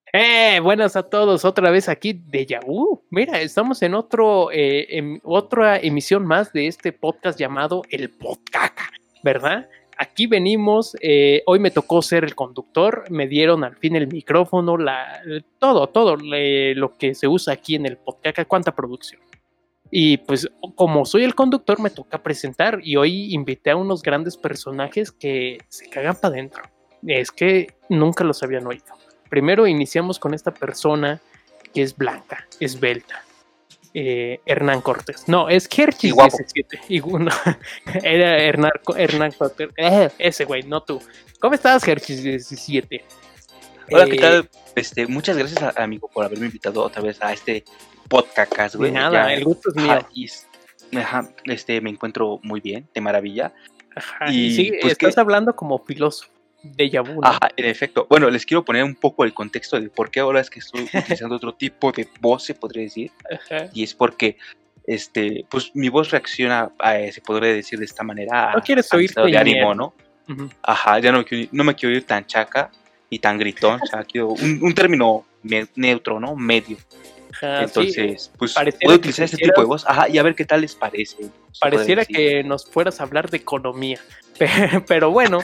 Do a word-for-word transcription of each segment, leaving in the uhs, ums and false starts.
Eh, buenas a todos, otra vez aquí Deja Vu. Mira, estamos en otro, eh, em, otra emisión más de este podcast llamado El Podcaca, ¿verdad? Aquí venimos, eh, hoy me tocó ser el conductor, me dieron al fin el micrófono, la, todo, todo le, lo que se usa aquí en el Podcaca, cuánta producción. Y pues como soy el conductor me toca presentar y hoy invité a unos grandes personajes que se cagan para adentro. Es que nunca los habían oído. Primero iniciamos con esta persona que es blanca, esbelta. Eh, Hernán Cortés. No, es Herchis diecisiete. Y no, era Hernán, Hernán Cortés. Eh, ese güey, no tú. ¿Cómo estás, Herchis diecisiete? Hola, eh, ¿qué tal? Este, muchas gracias, amigo, por haberme invitado otra vez a este podcast, güey. De nada, ya, el gusto es mío. Ajá, y, ajá, este, me encuentro muy bien, de maravilla. Ajá, y, y sí, pues estás que... hablando como filósofo. Deja vu, ¿no? Ajá, en efecto. Bueno, les quiero poner un poco el contexto de por qué ahora es que estoy utilizando otro tipo de voz, se podría decir. Ajá. Y es porque, este, pues mi voz reacciona, a, se podría decir de esta manera, no quieres a, oír a de ánimo, ¿no? Uh-huh. Ajá, ya no, no me quiero oír tan chaca y tan gritón, o sea, quiero un, un término me, neutro, ¿no? Medio. Ajá, entonces, sí, pues puedo utilizar este tipo de voz, ajá, y a ver qué tal les parece. Pareciera que nos fueras a hablar de economía, pero bueno.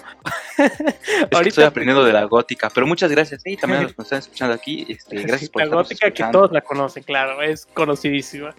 Es que estoy aprendiendo de la gótica, pero muchas gracias, y ¿eh? También a los que nos están escuchando aquí, este, gracias por la gótica escuchando. Que todos la conocen, claro, es conocidísima.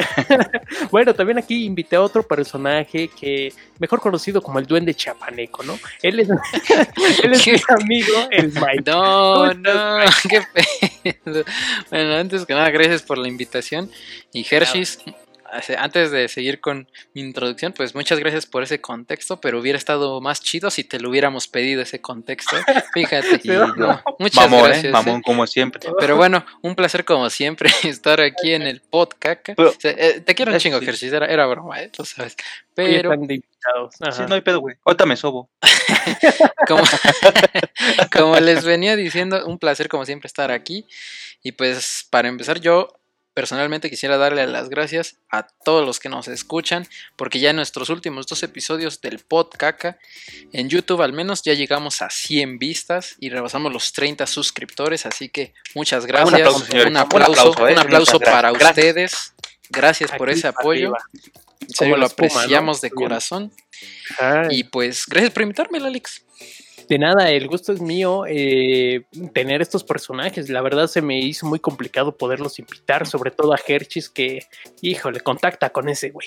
Bueno, también aquí invité a otro personaje que, mejor conocido como el Duende Chapaneco, ¿no? Él es, él es mi amigo, el Mike. No, no, qué pedo. Bueno, antes que nada, gracias por la invitación, y Hershey's. Claro. Antes de seguir con mi introducción, pues muchas gracias por ese contexto, pero hubiera estado más chido si te lo hubiéramos pedido ese contexto. Fíjate. Y, no, muchas mamón, gracias. Eh, mamón, eh. como siempre. Pero bueno, un placer como siempre estar aquí en el podcast. O sea, eh, te quiero un chingo, sí. Hershey, era, era broma, ¿eh? Tú sabes. Pero... Sí, no hay pedo, güey. Ahorita me sobo. como, como les venía diciendo, un placer como siempre estar aquí. Y pues para empezar yo... Personalmente quisiera darle las gracias a todos los que nos escuchan, porque ya en nuestros últimos dos episodios del Podcaca, en YouTube al menos, ya llegamos a cien vistas y rebasamos los treinta suscriptores, así que muchas gracias. Un aplauso, señores. un aplauso, un aplauso, ¿eh? un aplauso para gracias. ustedes. Gracias por Aquí ese apoyo. En serio, lo apreciamos, ¿no? De corazón. Ay. Y pues, gracias por invitarme, Alex. De nada, el gusto es mío eh, tener estos personajes. La verdad se me hizo muy complicado poderlos invitar, sobre todo a Hershey's, que, híjole, contacta con ese güey.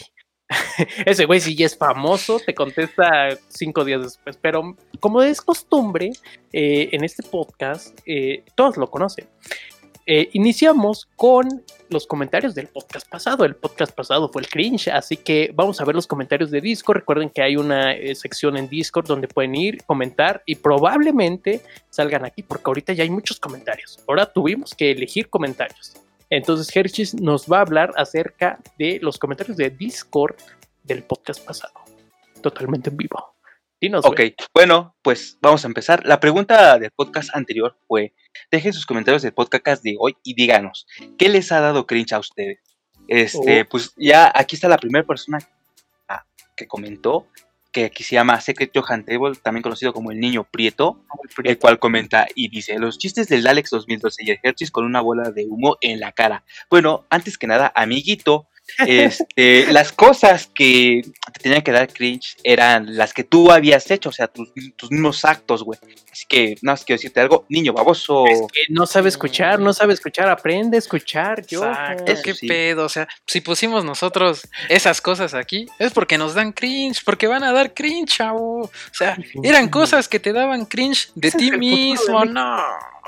Ese güey si ya es famoso, te contesta cinco días después. Pero como es costumbre, eh, en este podcast, eh, todos lo conocen. Eh, iniciamos con los comentarios del podcast pasado. El podcast pasado fue el cringe, así que vamos a ver los comentarios de Discord. Recuerden que hay una eh, sección en Discord donde pueden ir, comentar y probablemente salgan aquí porque ahorita ya hay muchos comentarios. Ahora tuvimos que elegir comentarios. Entonces Hershey's nos va a hablar acerca de los comentarios de Discord del podcast pasado. Totalmente en vivo. Dinos, ok, güey. Bueno, pues vamos a empezar. La pregunta del podcast anterior fue: dejen sus comentarios del podcast de hoy y díganos, ¿qué les ha dado cringe a ustedes? Este, oh. Pues ya aquí está la primera persona que comentó, que aquí se llama Secret Johan Table, también conocido como el Niño Prieto, el, el cual comenta y dice: los chistes del Alex dos mil doce y el Hershey's con una bola de humo en la cara. Bueno, antes que nada, amiguito, este, las cosas que te tenían que dar cringe eran las que tú habías hecho, o sea, tus, tus mismos actos, güey. Así que, nada más quiero decirte algo, niño baboso. Es que no sabe escuchar, no sabe escuchar, aprende a escuchar, yo. Exacto, qué sí. pedo, o sea, si pusimos nosotros esas cosas aquí, es porque nos dan cringe, porque van a dar cringe, chavo. O sea, eran cosas que te daban cringe de ti mismo, no.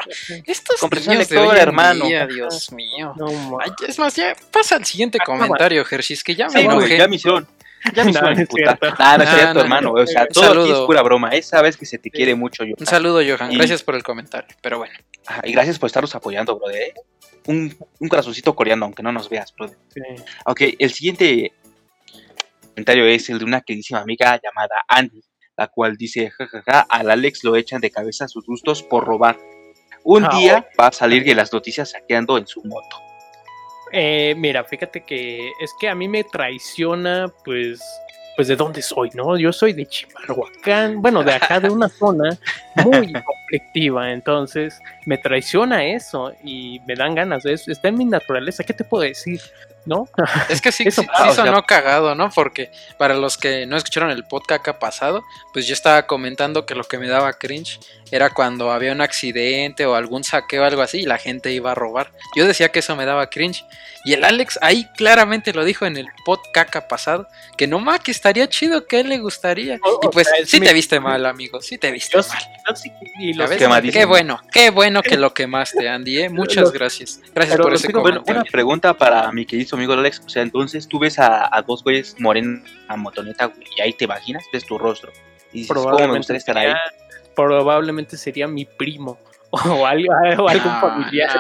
Estos niños de hoy hermano. Día, Dios mío. No, Ay, es más, ya pasa al siguiente Acaba. comentario, Hershey's, que ya me sí, enojé. Ya me hicieron. Ya me hicieron no, puta. Nada, no es cierto, no, hermano. O sea, todo saludo. Aquí es pura broma. ¿eh? Sabes que se te quiere mucho, Johan. Un saludo, Johan. Y... gracias por el comentario. Pero bueno. Ajá, y gracias por estarnos apoyando, brother. ¿eh? Un, un corazoncito coreano, aunque no nos veas, brother. Sí. Ok, el siguiente comentario es el de una queridísima amiga llamada Andy, la cual dice: jajaja, ja, ja, al Alex lo echan de cabeza a sus gustos por robar. Un ah, día va a salir de las noticias saqueando en su moto. Eh, mira, fíjate que es que a mí me traiciona, pues, pues de dónde soy, ¿no? Yo soy de Chimalhuacán, bueno, de acá, de una zona muy conflictiva, entonces me traiciona eso y me dan ganas de eso, está en mi naturaleza, ¿qué te puedo decir? ¿No? Es que sí, Eso sí, pasa, sí sonó o sea, cagado, ¿no? Porque para los que no escucharon el podcast acá pasado, pues yo estaba comentando que lo que me daba cringe era cuando había un accidente o algún saqueo o algo así y la gente iba a robar. Yo decía que eso me daba cringe. Y el Alex ahí claramente lo dijo en el podcast pasado, que no más que estaría chido, que a él le gustaría. O- Y o pues sea, es sí mi- te viste mal, amigo, sí te viste Yo sí- mal. yo sí- y ¿Ya lo ves? sigo quemadísimo. Qué bueno, qué bueno que lo quemaste, Andy, ¿eh? Muchas Lo- gracias. Gracias pero por lo ese sigo- Bueno, comentario. una pregunta para mi querido amigo Alex. O sea, entonces tú ves a, a dos güeyes morenos a motoneta, güey, y ahí te imaginas, ves tu rostro. Y dices, ¿cómo me gustaría estar ahí? sería- probablemente sería mi primo o, algo, o algún No, familiar.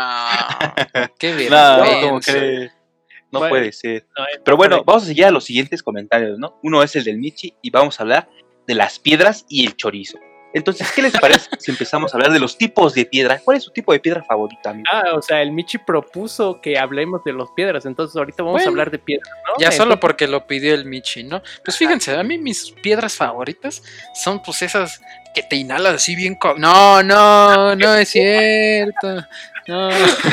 no, qué No, vergüenza. ¿cómo crees? No Bueno, puede ser. No, Pero bueno, correcto. vamos a seguir a los siguientes comentarios, ¿no? Uno es el del Michi y vamos a hablar de las piedras y el chorizo. Entonces, ¿qué les parece si empezamos a hablar de los tipos de piedra? ¿Cuál es su tipo de piedra favorita, amigo? Ah, o sea, el Michi propuso que hablemos de las piedras, entonces ahorita vamos Bueno, a hablar de piedras, ¿no? Ya Entonces, solo porque lo pidió el Michi, ¿no? Pues fíjense, a mí mis piedras favoritas son pues esas que te inhalas así bien... co- No, no, no es cierto. No.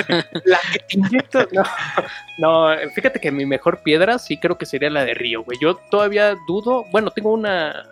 La que te inyecto, no. No, fíjate que mi mejor piedra sí creo que sería la de Río, güey. Yo todavía dudo, bueno, tengo una...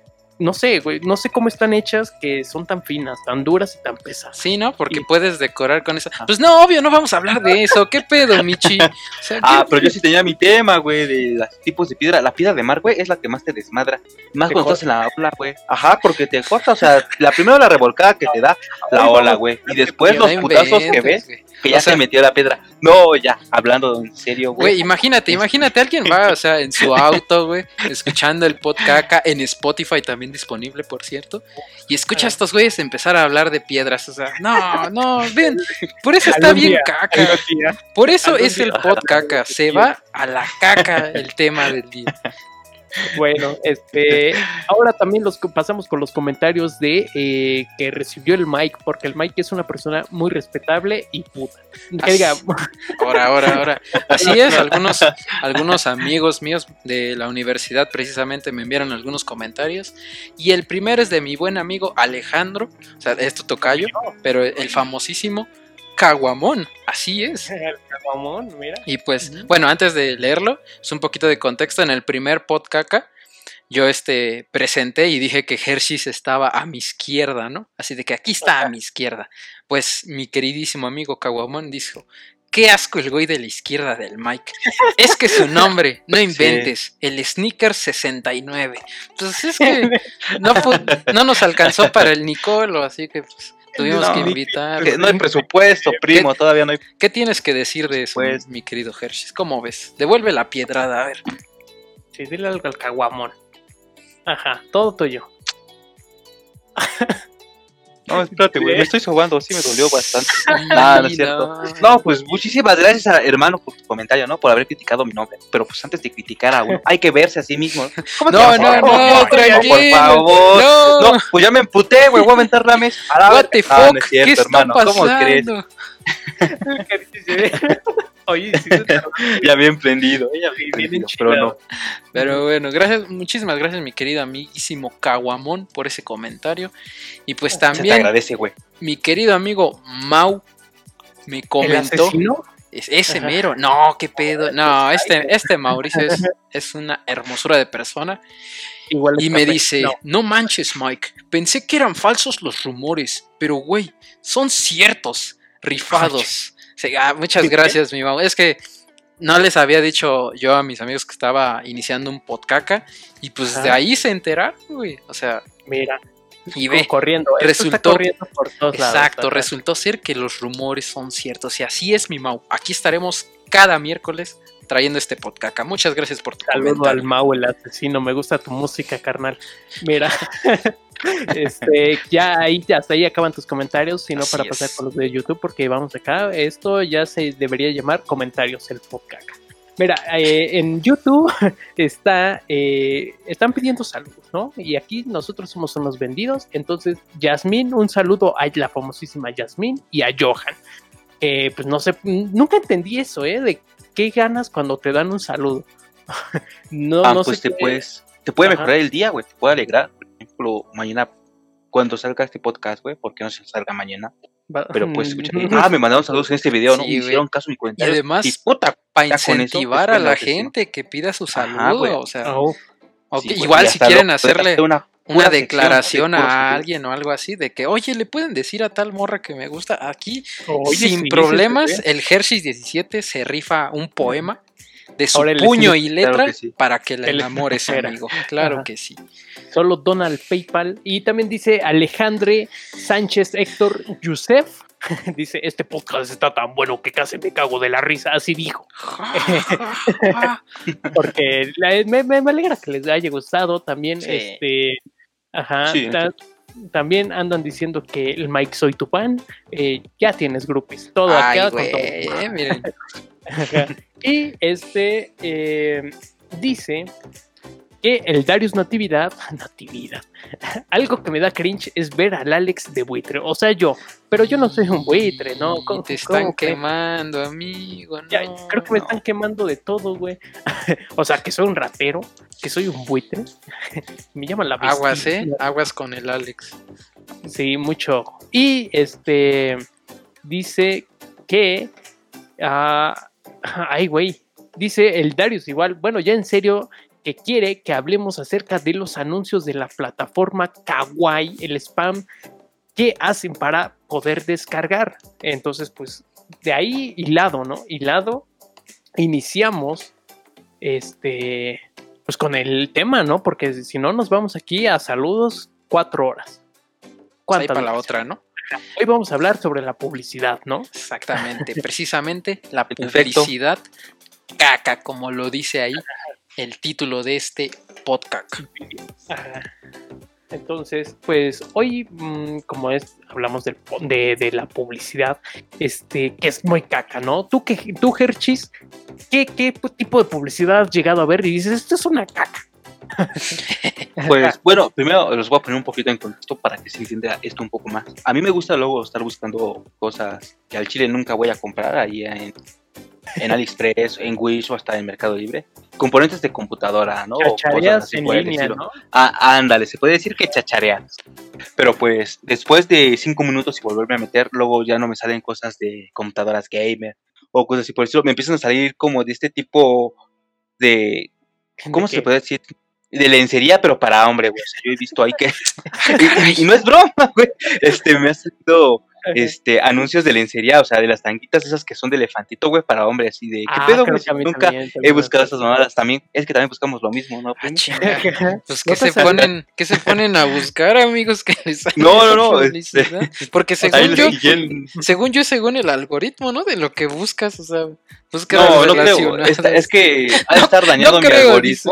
No sé, güey, no sé cómo están hechas que son tan finas, tan duras y tan pesadas. Sí, ¿no? Porque Sí. puedes decorar con esa... Pues no, obvio, no vamos a hablar de eso. ¿Qué pedo, Michi? O sea, Ah, ¿qué- pero yo sí tenía mi tema, güey, de los tipos de piedra. La piedra de mar, güey, es la que más te desmadra. Más Te cuando corta. estás en la ola, güey. Ajá, porque te corta, o sea, la primera la revolcada que te da la Ay, ola, vamos, güey. Y no después no los putazos que inventes, ves, güey. que ya O sea, se metió la piedra. No, ya, hablando en serio, Güey, güey. imagínate, imagínate, alguien va, o sea, en su auto, güey, escuchando el podcast en Spotify también disponible, por cierto, y escucha a estos güeyes empezar a hablar de piedras, o sea, no, no, ven, por eso está Algún bien día, caca, algún día. por eso algún es el día. podcast, se va a la caca el tema del día. Bueno, este, ahora también los co- pasamos con los comentarios de eh, que recibió el Mike, porque el Mike es una persona muy respetable y puta. Que diga, Ahora, ahora, ahora. Así es, algunos, algunos amigos míos de la universidad precisamente me enviaron algunos comentarios. Y el primero es de mi buen amigo Alejandro, o sea, es tu tocayo, pero el famosísimo Caguamón, así es. Mamón, mira. Y pues, Ujú. bueno, antes de leerlo, es un poquito de contexto. En el primer podcast yo este, presenté y dije que Hershey's estaba a mi izquierda, ¿no? Así de que aquí está a mi izquierda. Pues mi queridísimo amigo Caguamón dijo, qué asco el güey de la izquierda del Mike. Es que su nombre, no inventes, el Sneaker sesenta y nueve. Pues es que no, pu- no nos alcanzó para el Nicolo, así que pues, tuvimos No, que ni- invitar. Que no hay presupuesto, primo, todavía no hay. ¿Qué tienes que decir de eso, Pues- mi querido Hershey's? ¿Cómo ves? Devuelve la piedrada, a ver. Sí, dile algo al Caguamón. Ajá, todo tuyo. No, espérate, güey, me estoy sobando, sí me dolió bastante. Sí, No, no es cierto. No, pues muchísimas gracias, a, hermano, por tu comentario, ¿no? Por haber criticado mi nombre. Pero pues antes de criticar a uno, hay que verse a sí mismo. ¿no? ¿Cómo te No, vas? no, Por no, favor, tranquilo. Por favor. No, No, pues ya me emputé, güey, voy a aventar la mesa. A la what verga. the No, fuck, no es cierto, ¿qué está hermano, ¿cómo crees? pasando? Oye, sí se te- Ya bien prendido, ya bien Bien prendido, pero no. enchilado. Pero bueno, gracias, muchísimas gracias, mi querido amiguísimo Caguamón, por ese comentario. Y pues Se te también agradece, güey. mi querido amigo Mau me ¿El comentó. asesino? Es- ese Ajá. mero, no, qué pedo. No, este, este Mauricio es, es una hermosura de persona. Igual Y es me café. dice, No, no manches, Mike, pensé que eran falsos los rumores, pero güey, son ciertos, rifados. Sí, ah, muchas ¿Qué? gracias, mi mamá. Es que no les había dicho yo a mis amigos que estaba iniciando un podcast y pues de Ajá. ahí se enteraron, güey. O sea, mira, y ve, corriendo. Esto está resultó- corriendo por todos lados. exacto, ajá. resultó ser que los rumores son ciertos y así es, mi Mau. Aquí estaremos cada miércoles trayendo este podcast. Muchas gracias por tu Saludo comentario. al Mau, el asesino. Me gusta tu música, carnal. Mira, este, ya ahí, hasta ahí acaban tus comentarios, sino Así para es. pasar con los de YouTube, porque vamos acá. Esto ya se debería llamar comentarios, el podcast. Mira, eh, en YouTube está, eh, están pidiendo saludos, ¿no? Y aquí nosotros somos unos vendidos. Entonces, Yasmín, un saludo a la famosísima Yasmín y a Johan. Eh, pues no sé, nunca entendí eso, ¿eh? De qué ganas cuando te dan un saludo. no, Ah, no pues sé te qué- puedes, te puede Ajá. mejorar el día, güey, te puede alegrar. Por ejemplo, mañana, cuando salga este podcast, güey, porque no se salga mañana, Va- pero pues escucha, ah, me mandaron saludos en este video, ¿no? Sí, Me güey. hicieron caso en mi Y comentario. además, y puta, para ya con eso, incentivar pues, a la bueno, gente que pida su Ajá, saludo, güey. o sea, Oh, ok, sí, güey, igual y si hasta quieren lo- hacerle hacer una, una pura declaración sección de puros a saludos. alguien o algo así, de que, oye, le pueden decir a tal morra que me gusta, aquí, oye, sin sí, sí, problemas, sí, sí. el Hershey's diecisiete se rifa un poema de su Órale, puño sí, y letra claro que sí. para que la El- enamores, Era. amigo. Claro Ajá. que sí. Solo dona al PayPal. Y también dice Alejandre Sánchez Héctor Yusef. Dice, este podcast está tan bueno que casi me cago de la risa. Así dijo. Porque la- me, me- me alegra que les haya gustado. También, Sí. este. Ajá. Sí, ta- también andan diciendo que el Mike Soy tu fan. eh, ya tienes groupies. Todo Ay, acá con güey, todo. eh, miren. Ajá. Y este eh, dice que el Darius Natividad, Natividad, algo que me da cringe es ver al Alex de buitre, o sea yo, pero yo no soy un buitre, ¿no? ¿Cómo- Te cómo están creen? quemando, amigo. No, Ya, creo que me no. están quemando de todo, güey. O sea, que soy un ratero, que soy un buitre. Me llaman la Aguas, bestia. eh. Aguas con el Alex. Sí, mucho ojo. Y este dice que ah, ay, güey. Dice el Darius igual, bueno, ya en serio, que quiere que hablemos acerca de los anuncios de la plataforma Kawaii, el spam que hacen para poder descargar. Entonces, pues, de ahí hilado, ¿no? Hilado, iniciamos este, pues con el tema, ¿no? Porque si no, nos vamos aquí a saludos cuatro horas. Pues ahí ¿Cuántas para la horas? otra, ¿no? Hoy vamos a hablar sobre la publicidad, ¿no? Exactamente, precisamente la Perfecto. publicidad caca, como lo dice ahí el título de este podcast. Ajá. Entonces, pues hoy, mmm, como es, hablamos del, de, de la publicidad, este, que es muy caca, ¿no? Tú, que, tú Hershey's, ¿qué, ¿qué tipo de publicidad has llegado a ver y dices, esto es una caca? Pues bueno, primero los voy a poner un poquito en contexto para que se entienda esto un poco más. A mí me gusta luego estar buscando cosas que al chile nunca voy a comprar ahí en, en AliExpress, en Wish o hasta en Mercado Libre. Componentes de computadora, ¿no? O Chachareas así en por el línea, estilo. ¿no? Ah, ándale, se puede decir que chachareas. Pero pues después de cinco minutos y volverme a meter, luego ya no me salen cosas de computadoras gamer o cosas así por el estilo. Me empiezan a salir como de este tipo de... ¿Cómo ¿De se qué? puede decir? De lencería, pero para hombre, güey. O sea, yo he visto ahí que... y, y- y no es broma, güey. Este, me ha salido este, anuncios de lencería, o sea, de las tanguitas esas que son de elefantito, güey, para hombre, así de... ¿Qué Ah, pedo, creo güey? que a mí Nunca también, he también. buscado esas mamadas también. Es que también buscamos lo mismo, ¿no? Ah, primo? chinga. Pues ¿No ¿qué te se sale? ponen, qué se ponen a buscar, amigos, que les sale No, no, esa no, publicidad? este- Porque Ahí según yo, leí el- según yo, según el algoritmo, ¿no? De lo que buscas, o sea, buscas No, no creo. relacionadas. Es, es que ha de estar dañado no mi creo, algoritmo.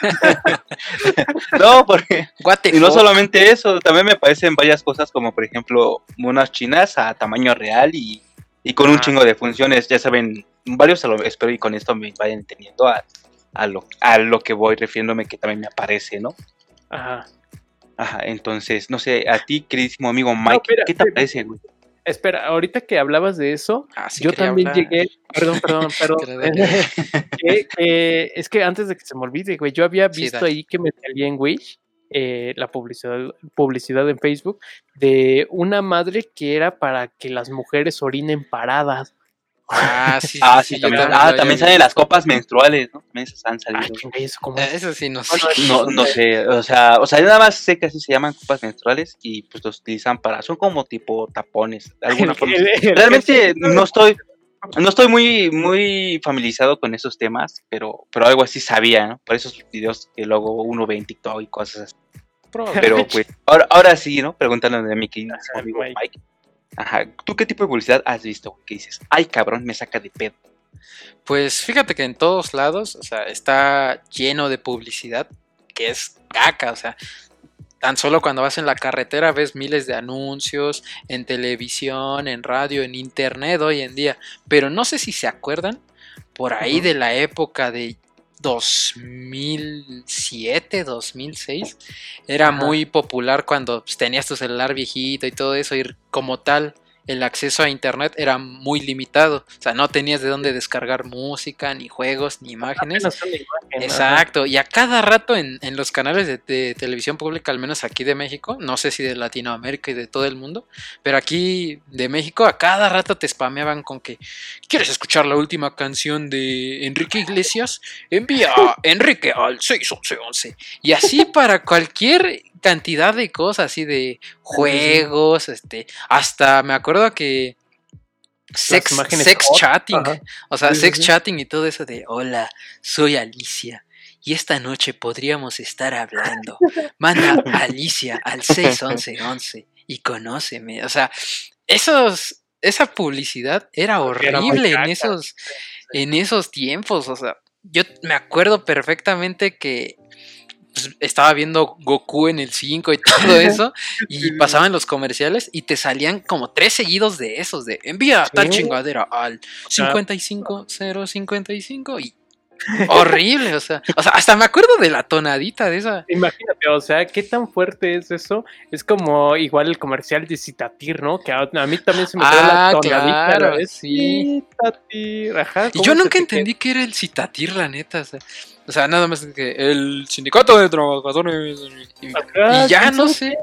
No, porque... What the Y no fuck? solamente eso, también me aparecen varias cosas como por ejemplo monas chinas a tamaño real y, y con un Ah. chingo de funciones, ya saben, varios a lo- espero y con esto me vayan entendiendo a, a, lo, a lo que voy refiriéndome que también me aparece, ¿no? Ajá. Ajá, entonces, no sé, a ti, queridísimo amigo Mike, espera, ¿qué te espera. parece, güey? Espera, ahorita que hablabas de eso, Ah, sí yo quería también hablar. llegué, perdón, perdón, perdón, Pero dale. que, que- es que antes de que se me olvide, güey, yo había Sí, visto dale. ahí que me salía en Wish eh, la publicidad, publicidad en Facebook de una madre que era para que las mujeres orinen paradas. Ah, sí, sí, Ah, sí, sí, yo también, lo ah, había también salen visto. las copas menstruales, ¿no? También esas han Ah, salido. chinga, ¿y eso cómo Eh, es? Eso sí, no sé. Bueno, No, no sé, o sea, o sea, yo nada más sé que así se llaman copas menstruales y pues los utilizan para, son como tipo tapones, de alguna El- forma. el- el- Realmente el- no estoy, no estoy muy, muy familiarizado con esos temas, pero, pero algo así sabía, ¿no? Por esos videos que luego uno ve en TikTok y cosas así. Pero pues, ahora, ahora sí, ¿no? Preguntándole a mi querido Ajá, amigo Mike. Mike. Ajá, ¿tú qué tipo de publicidad has visto, güey? Que dices, ay cabrón, me saca de pedo. Pues fíjate que en todos lados, o sea, está lleno de publicidad que es caca, o sea, tan solo cuando vas en la carretera ves miles de anuncios en televisión, en radio, en internet hoy en día, pero no sé si se acuerdan por ahí Ujú. de la época de dos mil siete, dos mil seis, era Ajá. muy popular cuando pues, tenías tu celular viejito y todo eso, y como tal el acceso a internet era muy limitado, o sea, no tenías de dónde descargar música, ni juegos, ni imágenes. Imagen, exacto, ajá. Y a cada rato en, en los canales de, de televisión pública, al menos aquí de México, no sé si de Latinoamérica y de todo el mundo, pero aquí de México a cada rato te spameaban con que ¿quieres escuchar la última canción de Enrique Iglesias? Envía a Enrique al seis once once. Y así para cualquier cantidad de cosas, así de juegos, este, hasta me acuerdo que sex, sex chatting, ajá. O sea, sí, sex sí. chatting y todo eso de hola, soy Alicia y esta noche podríamos estar hablando. Manda a Alicia al seis once once y conóceme. O sea, esos, esa publicidad era horrible era en esos, sí. en esos tiempos. O sea, yo me acuerdo perfectamente que pues, estaba viendo Goku en el cinco y todo eso, y pasaban los comerciales y te salían como tres seguidos de esos, de envía ¿sí? tal chingadera al cincuenta y cinco cero cincuenta y cinco y horrible, o sea, o sea, hasta me acuerdo de la tonadita de esa. Imagínate, o sea, qué tan fuerte es eso. Es como igual el comercial de Citatir, ¿no? Que a, a mí también se me quedó ah, la tonadita. Claro, ¿no? sí. Citatir, ajá. Y yo nunca entendí qué era el Citatir, la neta, o sea, o sea nada más que el sindicato de trabajadores y, ajá, y ya sí, no sí. sé.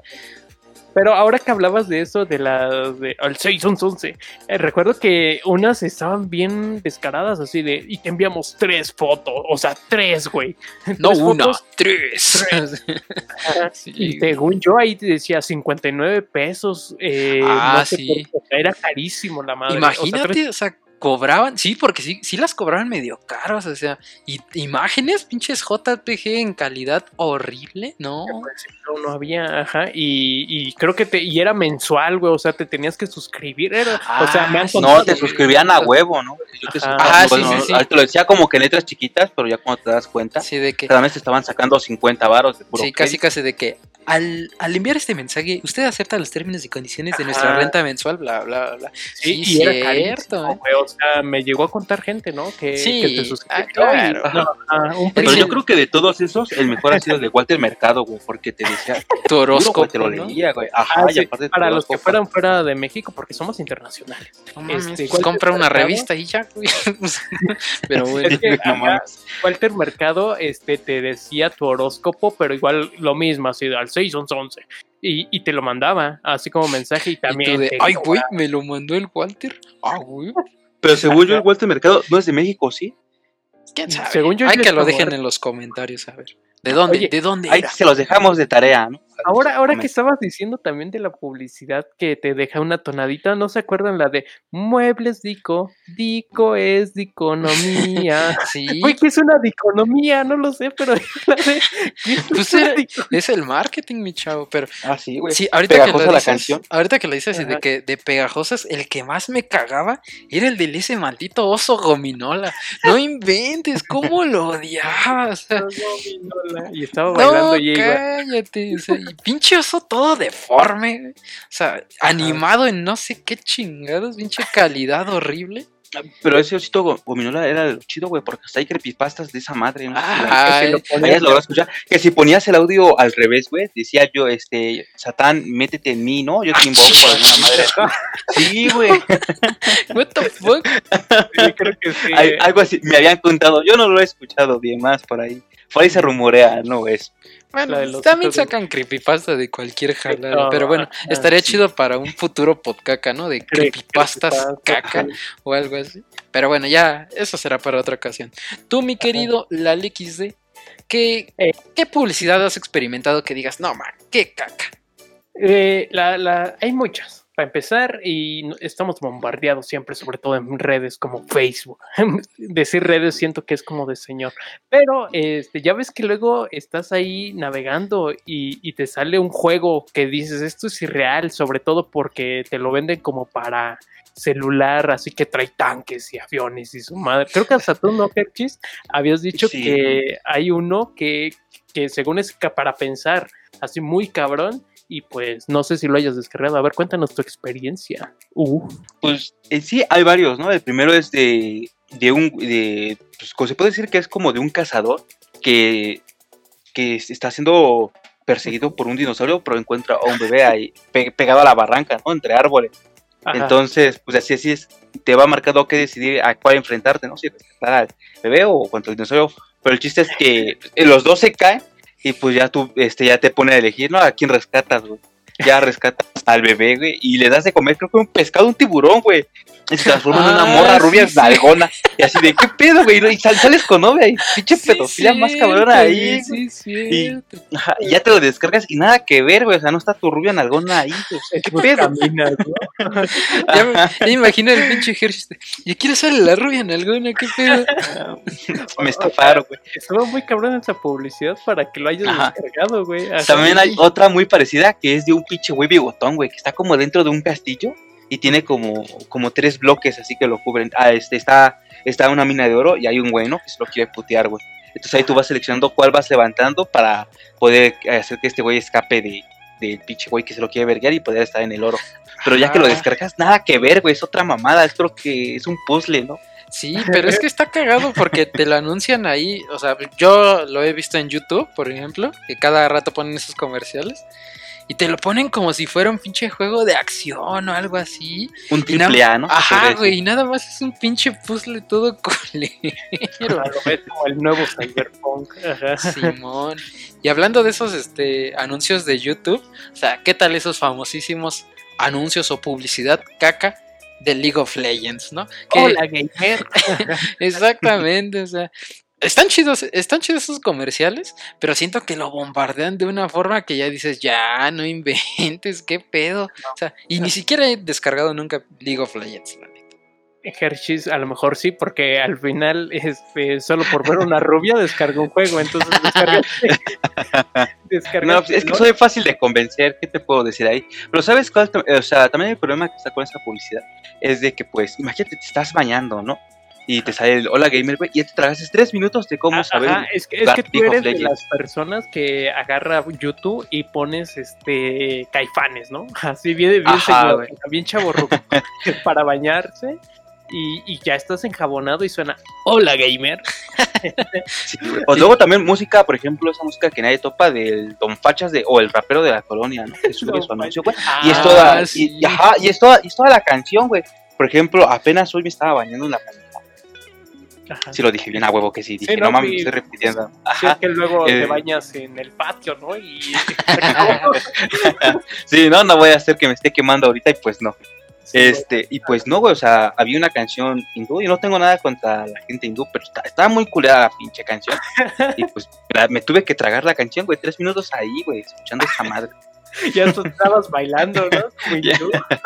Pero ahora que hablabas de eso, de las de al seis once once, eh, recuerdo que unas estaban bien descaradas, así de, y te enviamos tres fotos, o sea, tres, güey. No una, fotos, tres. tres. Sí, y según yo ahí te decía cincuenta y nueve pesos. Eh, ah, no sé sí. Por, era carísimo la madre. Imagínate, o sea, tres... o sea cobraban, sí, porque sí, sí las cobraban medio caros, o sea, y imágenes, pinches J P G en calidad horrible, ¿no? No, no había, ajá, y, y creo que te, y era mensual, güey, o sea, te tenías que suscribir, era, ah, o sea, me han sí, no, te suscribían a huevo, ¿no? Yo te ah, bueno, sí, sí, sí. Te lo decía como que en letras chiquitas, pero ya cuando te das cuenta, sí, de que cada mes te estaban sacando cincuenta varos de puro sí, casi, casi de que Al, al enviar este mensaje, usted acepta los términos y condiciones de ajá. nuestra renta mensual, bla, bla, bla. Sí, sí y cierto, era carísimo, ¿eh? güey, o sea, me llegó a contar gente, ¿no? Que, sí, que te suscribió. ah, claro. Y, no, ah, un pero yo creo que de todos esos, el mejor ha sido el de Walter Mercado, güey, porque te decía... Tu horóscopo, te lo ¿no? leía, güey. Ajá, ah, y sí, aparte para los que fueran fuera de México, porque somos internacionales. No mames, este, pues compra una revista y ya, güey. Pero bueno. Es que, no mames. Walter Mercado este, te decía tu horóscopo, pero igual lo mismo, así al seis once once. Y, y te lo mandaba, así como mensaje y también... ¿Y tú de, te ay, güey, me lo mandó el Walter? Ah, güey. Pero según yo, el Walter Mercado no es de México, ¿sí? ¿Quién sabe? Según yo, hay yo que lo como... dejen en los comentarios, a ver. ¿De dónde? Oye, ¿De dónde ahí era? se los dejamos de tarea, ¿no? Ahora, ahora que estabas diciendo también de la publicidad que te deja una tonadita, ¿no se acuerdan la de Muebles Dico? Dico es diconomía. Sí. Güey, ¿qué es una diconomía? No lo sé, pero es la de... Pues era, es el marketing, mi chavo, pero... Ah, sí, güey. Sí, ahorita pegajosa que lo la dices, canción. Ahorita que lo dices así de que de pegajosas, el que más me cagaba era el de ese maldito oso gominola. No inventes, ¿cómo lo odiaba? O sea, y estaba bailando no, y cállate, o sea, y pinche oso todo deforme, o sea, animado en no sé qué chingados, pinche calidad horrible. Pero ese osito gominola era lo chido, güey, porque hasta hay creepypastas de esa madre, ¿no? Ah, que, si lo logrado escuchar, que si ponías el audio al revés, güey, decía yo, este, Satán, métete en mí, ¿no? Yo te invoco por alguna madre. Sí, güey. What the fuck? Sí, creo que sí. Hay, algo así, me habían contado, yo no lo he escuchado bien más por ahí. Por ahí se rumorea, ¿no? Es. Bueno, también sacan creepypasta de cualquier jalada, no, pero bueno, no, estaría sí. chido para un futuro podcast, ¿no? De creepypastas creepypasta, caca o algo así. Pero bueno, ya, eso será para otra ocasión. Tú, mi querido Lal equis de, ¿qué, eh. ¿qué publicidad has experimentado que digas, no, man, qué caca? Eh, la, la, hay muchas. Para empezar, y estamos bombardeados siempre, sobre todo en redes como Facebook. Decir redes siento que es como de señor. Pero este, ya ves que luego estás ahí navegando y, y te sale un juego que dices, esto es irreal, sobre todo porque te lo venden como para celular, así que trae tanques y aviones y su madre. Creo que hasta tú, ¿no, Herchis? Habías dicho sí. que hay uno que, que según es para pensar, así muy cabrón. Y pues no sé si lo hayas descargado. A ver, cuéntanos tu experiencia. Uh. Pues eh, sí, hay varios, ¿no? El primero es de, de un, de, pues se puede decir que es como de un cazador que, que está siendo perseguido por un dinosaurio, pero encuentra a un bebé ahí pe- pegado a la barranca, ¿no? Entre árboles. Ajá. Entonces, pues así, así es, te va marcando que decidir a cuál enfrentarte, ¿no? Si rescatar al bebé o contra el dinosaurio. Pero el chiste es que los dos se caen y pues ya tú, este, ya te pone a elegir, ¿no? A quién rescatas, güey. Ya rescatas al bebé, güey, y le das de comer, creo que un pescado, un tiburón, güey. Y se transforma ah, en una morra sí, rubia sí. nalgona. Y así de, ¿qué pedo, güey? Y sal, sales con novia y pinche sí, pedofilia más cabrona ahí. Sí, sí, y, ajá, y ya te lo descargas y nada que ver, güey. O sea, no está tu rubia nalgona ahí. Güey. ¿Qué pedo? Caminas, ¿no? ya, me, ya me imagino el pinche Hershey. ¿Y aquí le sale la rubia nalgona? ¿Qué pedo? Me estafaron, güey. Estuvo muy cabrón esa publicidad para que lo hayas ajá. descargado, güey. También hay otra muy parecida que es de un pinche güey bigotón, güey, que está como dentro de un castillo. Y tiene como, como tres bloques así que lo cubren. Ah, este está, está una mina de oro y hay un güey, ¿no? Que se lo quiere putear, güey. Entonces ahí tú vas seleccionando cuál vas levantando para poder hacer que este güey escape de, del pinche güey que se lo quiere verguear y poder estar en el oro. Pero ya que lo descargas, nada que ver, güey, es otra mamada. Es creo que es un puzzle, ¿no? Sí, pero es que está cagado porque te lo anuncian ahí. O sea, yo lo he visto en YouTube, por ejemplo, que cada rato ponen esos comerciales. Y te lo ponen como si fuera un pinche juego de acción o algo así. Un triple A, ¿no? Ajá, güey, y nada más es un pinche puzzle todo colero. Es como el nuevo Cyberpunk. Ajá. Simón. Y hablando de esos este, anuncios de YouTube, o sea, ¿qué tal esos famosísimos anuncios o publicidad caca de League of Legends, ¿no? Que... Hola, gamer. Exactamente, o sea... Están chidos, están chidos esos comerciales, pero siento que lo bombardean de una forma que ya dices, ya, no inventes, qué pedo. No, o sea, y no. Ni siquiera he descargado nunca League of Legends, la neta. Hershey's a lo mejor sí, porque al final, este, solo por ver una rubia descargó un juego, entonces descarga. No, pues es que soy fácil de convencer, ¿qué te puedo decir ahí? Pero ¿sabes cuál? O sea, también el problema que está con esa publicidad es de que, pues, imagínate, te estás bañando, ¿no? Y te sale el Hola Gamer, güey, y ya te tragas tres minutos de cómo ah, saber. Ajá, es que, es que tú eres de las personas que agarra YouTube y pones este Caifanes, ¿no? Así bien, bien, ajá, seguro, bien chavorruco para bañarse y, y ya estás enjabonado y suena Hola Gamer. Sí, o luego también música, por ejemplo, esa música que nadie topa del Don Fachas de, o el rapero de la colonia, ¿no? Que sube su anuncio, güey. Ah, y es toda, sí. y, ajá, y es toda, y es toda la canción, güey. Por ejemplo, apenas hoy me estaba bañando en la mañana. Ajá. Sí lo dije bien a huevo que sí, dije, sí, no, no mames, me estoy repitiendo. Ajá. Sí, es que luego eh... te bañas en el patio, ¿no? Y... sí, no, no voy a hacer que me esté quemando ahorita y pues no. Sí, este, güey. Y pues no, güey, o sea, había una canción hindú y no tengo nada contra la gente hindú, pero está, estaba muy culera la pinche canción. Y pues la, me tuve que tragar la canción, güey, tres minutos ahí, güey, escuchando esa madre. Ya tú estabas bailando, ¿no? ya,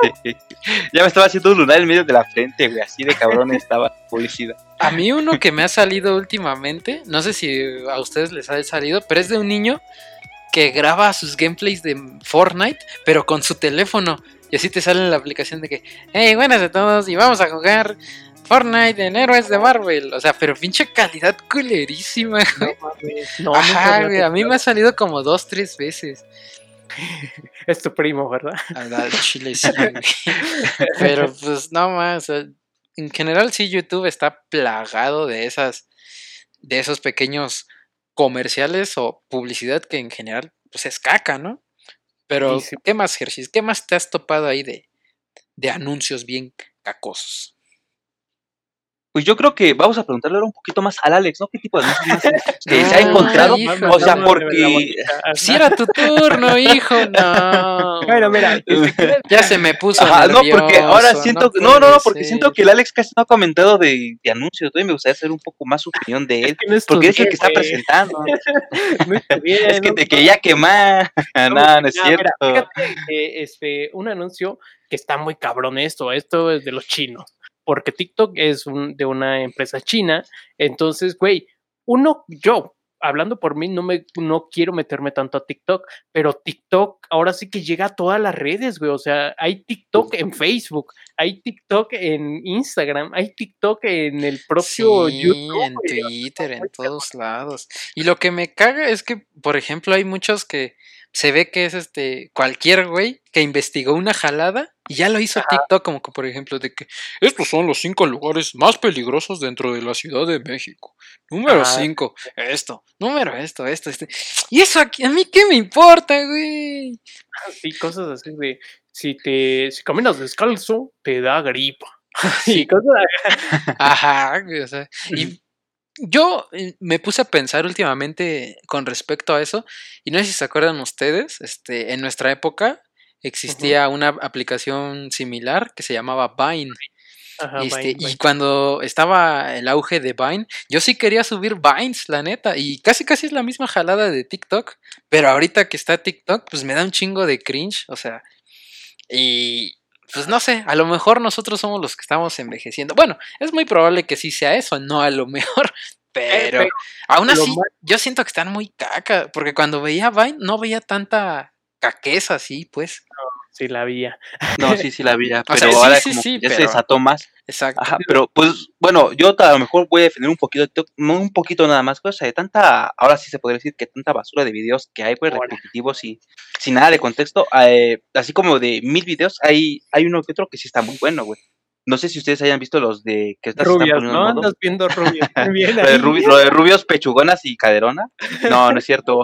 ya me estaba haciendo un lunar en medio de la frente, güey, así de cabrón estaba publicidad. A mí uno que me ha salido últimamente, no sé si a ustedes les ha salido, pero es de un niño que graba sus gameplays de Fortnite, pero con su teléfono. Y así te sale en la aplicación de que, hey, buenas a todos y vamos a jugar Fortnite en Héroes de Marvel. O sea, pero pinche calidad culerísima, güey. No, no, ajá, güey, a mí me ha salido como dos, tres veces. Es tu primo, ¿verdad? Ah, chile sí, güey. Pero pues no más, o sea, en general sí YouTube está plagado de esas, de esos pequeños comerciales o publicidad que en general pues es caca, ¿no? Pero sí, sí. ¿Qué más, Hershey? ¿Qué más te has topado ahí de, de anuncios bien cacosos? Pues yo creo que vamos a preguntarle ahora un poquito más al Alex, ¿no? ¿Qué tipo de anuncios que se ha encontrado? Hijo, o sea, no, porque... Si era tu turno, hijo, no. Bueno, mira, ya se me puso Ajá, nervioso, no, porque ahora siento... No, no, no, no, porque siento que el Alex casi no ha comentado de, de anuncios, y me gustaría saber un poco más su opinión de él, es que no estudié, porque es el que está presentando. Muy bien, es que no, te quería quemar. No, no, no es cierto. Mira, fíjate que este, un anuncio que está muy cabrón esto, esto es de los chinos. Porque TikTok es un, de una empresa china, entonces, güey, uno, yo, hablando por mí, no me, no quiero meterme tanto a TikTok, pero TikTok ahora sí que llega a todas las redes, güey, o sea, hay TikTok en Facebook, hay TikTok en Instagram, hay TikTok en el propio sí, YouTube. en Twitter, en todos lados. Y lo que me caga es que, por ejemplo, hay muchos que se ve que es este cualquier güey que investigó una jalada y ya lo hizo TikTok, como que por ejemplo de que estos son los cinco lugares más peligrosos dentro de la Ciudad de México. Número cinco, esto, número esto, esto, este. Y eso aquí, a mí qué me importa, güey. Sí, cosas así de, si te si caminas descalzo, te da gripa. Sí. Y cosas Ajá, güey, o sea, y yo eh, me puse a pensar últimamente con respecto a eso, y no sé si se acuerdan ustedes, este, en nuestra época existía una aplicación similar que se llamaba Vine. Ajá, Este, Vine, y Vine. cuando estaba el auge de Vine, yo sí quería subir Vines, la neta, y casi casi es la misma jalada de TikTok, pero ahorita que está TikTok, pues me da un chingo de cringe, o sea, y pues no sé, a lo mejor nosotros somos los que estamos envejeciendo. Bueno, es muy probable que sí sea eso, no a lo mejor, Eh, pero pero aún lo así más yo siento que están muy caca, porque cuando veía Vine no veía tanta caqueza así, pues. sí la había. No, sí, sí la había, O sea, pero sí, ahora sí, como que sí, ya se pero desató más. exacto. Ajá, pero pues bueno, yo a lo mejor voy a defender un poquito, de TikTok, no un poquito nada más, pues, o sea, de tanta, ahora sí se podría decir que tanta basura de videos que hay, pues, Ahora, repetitivos y sin nada de contexto, eh, así como de mil videos, hay, hay uno que otro que sí está muy bueno, güey. No sé si ustedes hayan visto los de que ahorita se están rubias, poniendo de ¿no? moda. Andas viendo rubias. Bien Lo de, ahí. rubi- lo de rubios, pechugonas y caderona. No, no es cierto.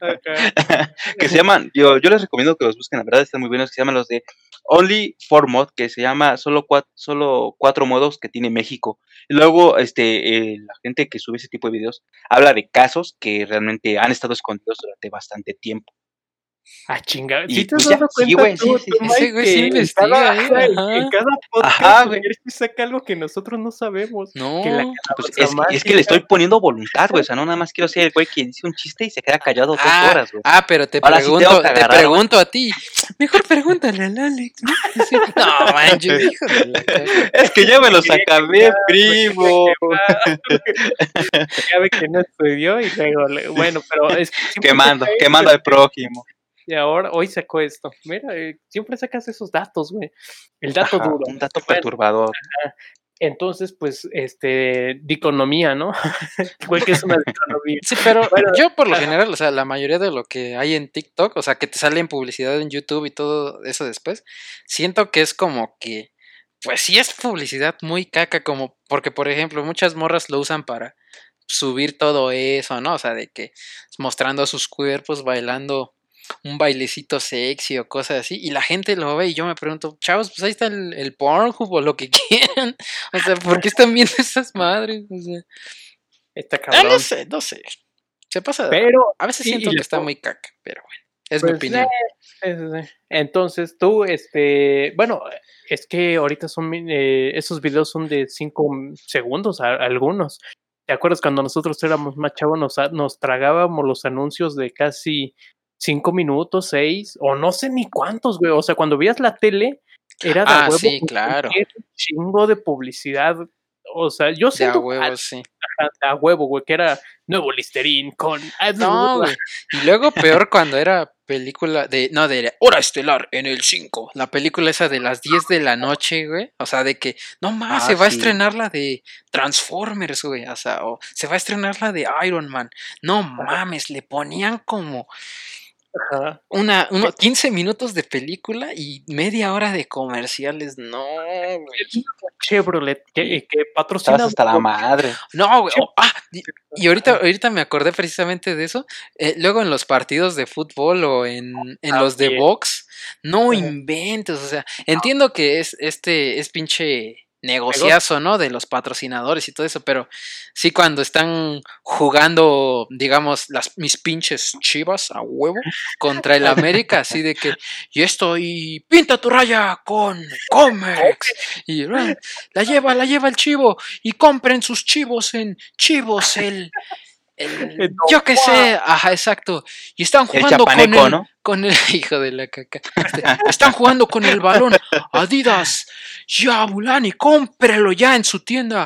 Acá. Que se llaman, yo, yo les recomiendo que los busquen, la verdad están muy buenos, que se llaman los de Only Four Mod, que se llama solo cuatro, solo cuatro modos que tiene México. Y luego, este, eh, la gente que sube ese tipo de videos habla de casos que realmente han estado escondidos durante bastante tiempo. Ah, chinga. ¿Sí Y te has pues ya, dado sí, cuenta güey, tú, sí, sí, tú, sí. Ese Mike, güey sí que en cada, investiga, ¿eh? en Ajá. cada podcast Ajá, güey. Jerry saca algo que nosotros no sabemos? Que la No. Pues calabaza es, que- es que le mágica. estoy poniendo voluntad, güey. O sea, no nada más quiero ser el güey que dice un chiste y se queda callado dos Ah, horas, güey. ah, pero te Ahora sí tengo pregunto, que te agarrar, güey. pregunto a ti. Mejor pregúntale al Alex, ¿no? Así, no, manches, hijo de la caca. Es que ya me los Quería acabé, quemar, lo primo. quería quemar. Ya ve que no estudió y luego, le- bueno, pero es que siempre Quemando, saca quemando eso. al prójimo. Y ahora, hoy sacó esto. Mira, eh, siempre sacas esos datos, güey. El dato Ajá, duro. un dato Bueno, perturbador. entonces, pues, este, diconomía, ¿no? Güey, que es una diconomía. Sí, pero Bueno, yo por lo ajá, general, o sea, la mayoría de lo que hay en TikTok, o sea, que te sale en publicidad en YouTube y todo eso después, siento que es como que, pues sí es publicidad muy caca, como, porque por ejemplo, muchas morras lo usan para subir todo eso, ¿no? O sea, de que mostrando sus cuerpos, bailando un bailecito sexy o cosas así, y la gente lo ve y yo me pregunto, chavos, pues ahí está el, el Pornhub o lo que quieran, o sea, ¿por qué están viendo esas madres? O sea, está ah, no cabrón. sé, no sé, se pasa, Pero, a veces y, y siento que les está puedo- muy caca, pero bueno, es mi pues, opinión. eh, sí, sí, sí. Entonces, tú, este, bueno, es que ahorita son, mi- eh, esos videos son de cinco segundos, a- algunos. ¿Te acuerdas cuando nosotros éramos más chavos, nos, a- nos tragábamos los anuncios de casi cinco minutos, seis, o no sé ni cuántos, güey? O sea, cuando veías la tele, era de a Ah, huevo sí, con claro, cualquier chingo de publicidad. O sea, yo de a siento huevos, sí. a, a huevo, güey, que era nuevo Listerine con... No, güey. Y luego peor cuando era película de, no, de Hora Estelar en el cinco. La película esa de las diez de la noche, güey. O sea, de que, no más, Ah, se va a sí. estrenar la de Transformers, güey. O sea, o se va a estrenar la de Iron Man. No mames, le ponían como Ajá. una, uno, quince minutos de película y media hora de comerciales. No, güey. Chevrolet, que, Sí. que Estabas patrocina... hasta la madre. No, güey. Che- oh, ah, y, y ahorita, ahorita me acordé precisamente de eso. Eh, luego en los partidos de fútbol o en, en los de También. box, no Ajá. inventes. O sea, entiendo que es este es pinche negociazo, ¿no? De los patrocinadores y todo eso, pero sí cuando están jugando, digamos, las mis pinches Chivas a huevo contra el América, así de que y esto y pinta tu raya con Comex y ah, la lleva, la lleva el chivo y compren sus chivos en Chivos el el En yo qué Don sé, ajá, exacto. Y están El jugando con chapaneco, el ¿no? con el hijo de la caca. Este, están jugando con el balón Adidas. Ya, Bulani, cómprelo ya en su tienda.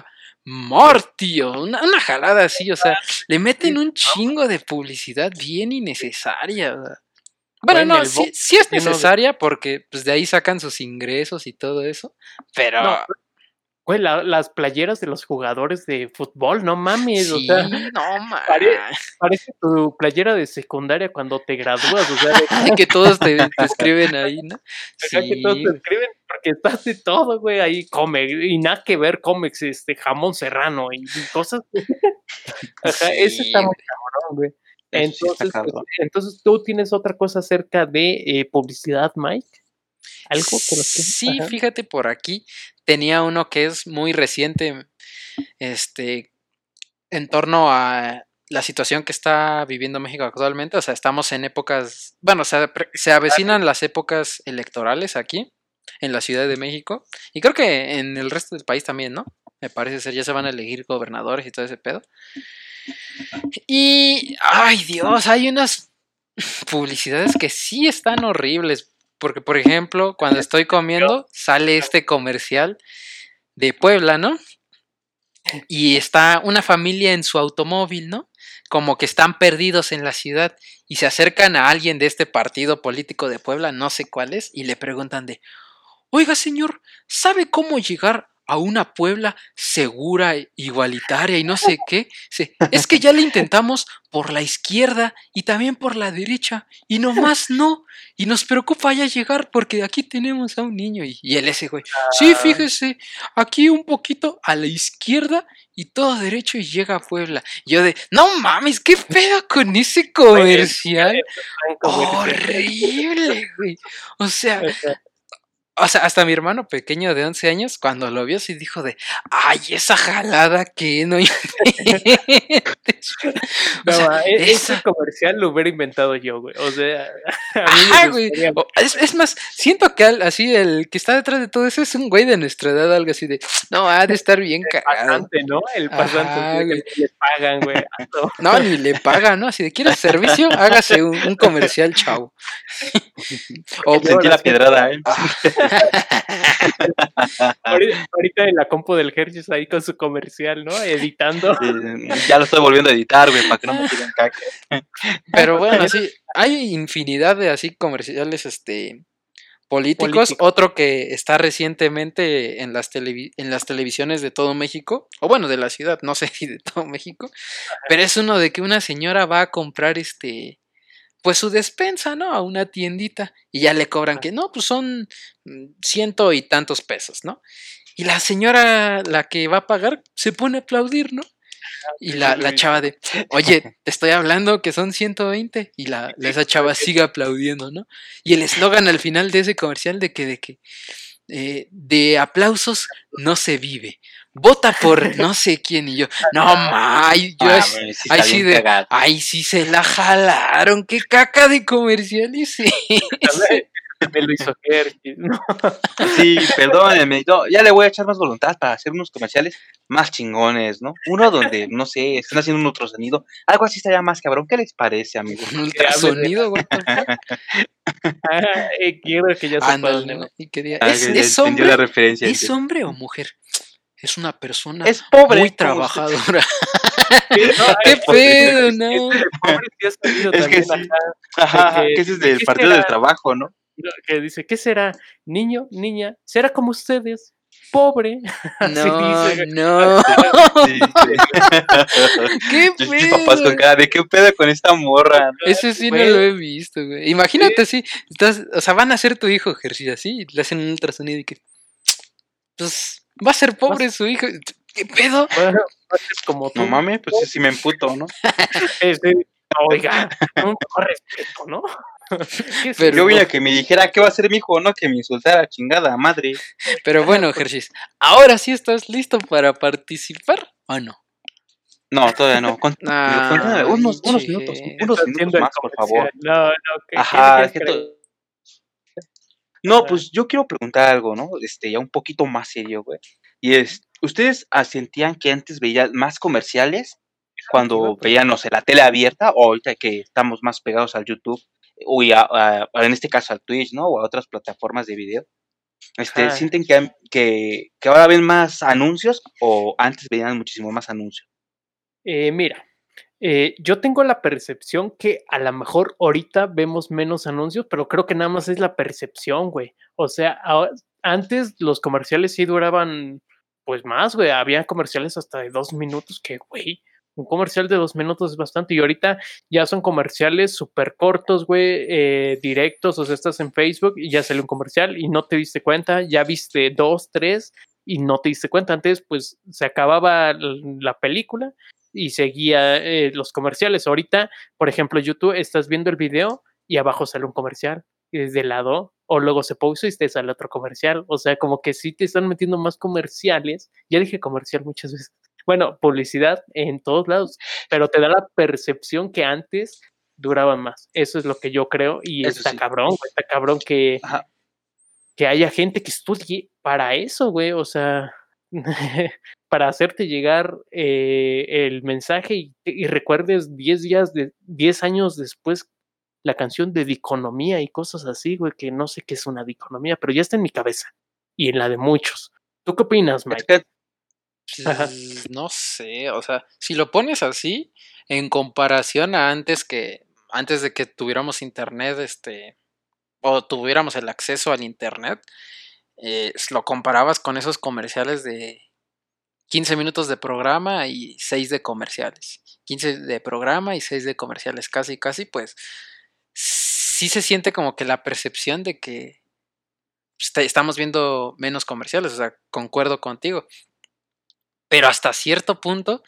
Martio, una, una jalada así, o sea, le meten un chingo de publicidad bien innecesaria. O sea. Bueno, en no, el sí, box sí es lleno de- necesaria porque pues de ahí sacan sus ingresos y todo eso, pero No, güey, la- las playeras de los jugadores de fútbol, no mames, o sea, sí, no pare- mames. parece tu playera de secundaria cuando te gradúas, o sea, de Que todos te, te escriben ahí, ¿no? acá que todos Sí, te escriben porque estás de todo, güey, ahí come, y nada que ver cómics, este, jamón serrano y cosas. Ajá, eso sí, está muy cabrón, güey. Eso sí está Entonces, pues, cabrón. entonces tú tienes otra cosa acerca de eh, publicidad, Mike. Algo que los que... Sí, Ajá. fíjate, por aquí tenía uno que es muy reciente, este, en torno a la situación que está viviendo México actualmente. O sea, estamos en épocas, bueno, se, se avecinan las épocas electorales aquí, en la Ciudad de México, y creo que en el resto del país también, ¿no? Me parece ser, ya se van a elegir gobernadores y todo ese pedo. Y, ay Dios, hay unas publicidades que sí están horribles. Porque, por ejemplo, cuando estoy comiendo, sale este comercial de Puebla, ¿no? Y está una familia en su automóvil, ¿no? Como que están perdidos en la ciudad y se acercan a alguien de este partido político de Puebla, no sé cuál es, y le preguntan de, oiga señor, ¿sabe cómo llegar a una Puebla segura, igualitaria y no sé qué? Es que ya le intentamos por la izquierda y también por la derecha y nomás no. Y nos preocupa ya llegar porque aquí tenemos a un niño. Y, y él ese güey, sí, fíjese, aquí un poquito a la izquierda y todo derecho y llega a Puebla. Y yo de, no mames, ¿qué pedo con ese comercial? Horrible, güey. O sea... O sea, hasta mi hermano pequeño de once años, cuando lo vio, sí dijo de, ay, esa jalada que no inventes. No, sea, ese esa... comercial lo hubiera inventado yo, güey. O sea, a mí Ajá, me güey. gustaría... O, es, es más, siento que al, así el que está detrás de todo eso es un güey de nuestra edad, algo así de, no, ha de estar bien El cagado. pasante, ¿no? El pasante, Ajá, que güey. no le pagan, güey. No, ni le pagan, ¿no? Así de, ¿quieres servicio? Hágase un, un comercial, chavo. O sentí la piedrada, ¿eh? ahorita, ahorita en la compu del Hershey's ahí con su comercial, ¿no? Editando. Sí, ya lo estoy volviendo a editar, güey, para que no me tiren caca. Pero bueno, sí, hay infinidad de así comerciales, este... Políticos, Político. Otro que está recientemente en las, televi en las televisiones de todo México, o bueno, de la ciudad, no sé si de todo México, pero es uno de que una señora va a comprar este, pues su despensa, ¿no? A una tiendita y ya le cobran que no, pues son ciento y tantos pesos, ¿no? Y la señora, la que va a pagar, se pone a aplaudir, ¿no? Y la, la chava de, oye, te estoy hablando que son ciento veinte. Y la, esa chava sigue aplaudiendo, ¿no? Y el eslogan al final de ese comercial de que, de que, eh, de aplausos no se vive. Vota por no sé quién. Y yo, no ma, yo Ah, es, güey, sí ay, está sí bien de, cagado. ay, sí se la jalaron. Qué caca de comercial es ese. Me lo hizo Hershey's, ¿no? Sí, perdónenme, no, ya le voy a echar más voluntad para hacer unos comerciales más chingones, ¿no? Uno donde, no sé, están haciendo un ultrasonido, algo así estaría más cabrón. ¿Qué les parece, amigos? Un ultrasonido, what the fuck. Ah, eh, quiero que ya sepa dónde va. Y quería, Ah, ¿es, que es entendió hombre? la referencia. ¿Es entendió. hombre o mujer? Es una persona Es pobre, muy como trabajadora. Sí, no, ¿Qué es- pedo, es- no? es de pobre sí ha salido Es que también, sí. ajá, Ajá, de que ese es ¿de del qué partido será? del trabajo, ¿no? Que dice, ¿qué será? Niño, niña, será como ustedes, pobre. Así No, dice. no. Sí, sí. ¿Qué Yo- mis papás con pedo? cara de qué pedo con esta morra. Ese sí no Güey. lo he visto, güey. Imagínate así, estás, o sea, van a ser tu hijo, Jersey, así, y le hacen un ultrasonido y que, pues, va a ser pobre su hijo. ¿Qué pedo? Va a ser como tú. No mames, pues sí me emputo, ¿no? Este, oiga, un poco de respeto, ¿no? ¿Qué es Pero- Yo eso? vine a que me dijera qué va a hacer mi hijo, no que me insultara, chingada madre. Pero bueno, Jersey, ¿ahora sí estás listo para participar o no? No, todavía no. Con- Ay, Cuéntame, unos, unos che. minutos, unos Está minutos haciendo el más, por favor. comercial. No, no, ¿qué, Ajá, ¿qué le que quieres to- No, pues yo quiero preguntar algo, ¿no? Este, ya un poquito más serio, güey. Y es, ¿ustedes ah, sentían que antes veían más comerciales cuando veían, no sé, la tele abierta o ahorita que estamos más pegados al YouTube o y a- a- en este caso al Twitch, ¿no? O a otras plataformas de video? Este, Ajá. ¿sienten que, han- que, que ahora ven más anuncios o antes veían muchísimo más anuncios? Eh, mira, eh, yo tengo la percepción que a lo mejor ahorita vemos menos anuncios, pero creo que nada más es la percepción, güey. O sea, ahora- antes los comerciales sí duraban, pues más, güey. Había comerciales hasta de dos minutos que, güey, un comercial de dos minutos es bastante. Y ahorita ya son comerciales súper cortos, güey, eh, directos. O sea, estás en Facebook y ya sale un comercial y no te diste cuenta. Ya viste dos, tres y no te diste cuenta. Antes, pues, se acababa l- la película y seguía eh, los comerciales. Ahorita, por ejemplo, YouTube, estás viendo el video y abajo sale un comercial y desde el lado o luego se pausa y te sale otro comercial. O sea, como que sí te están metiendo más comerciales. Ya dije comercial muchas veces. Bueno, publicidad en todos lados, pero te da la percepción que antes duraban más. Eso es lo que yo creo y Eso está sí. cabrón, güey, está cabrón que, Ajá. que haya gente que estudie para eso, güey. O sea, para hacerte llegar eh, el mensaje y, y recuerdes diez días, de diez años después la canción de diconomía y cosas así, güey, que no sé qué es una diconomía, pero ya está en mi cabeza y en la de muchos. ¿Tú qué opinas, Es Mike? que Ajá. Pues, no sé, o sea, si lo pones así, en comparación a antes que, antes de que tuviéramos internet, este, o tuviéramos el acceso al internet, eh, lo comparabas con esos comerciales de quince minutos de programa y seis de comerciales. quince de programa y seis de comerciales, casi, casi, pues sí se siente como que la percepción de que est- estamos viendo menos comerciales, o sea, concuerdo contigo. Pero hasta cierto punto,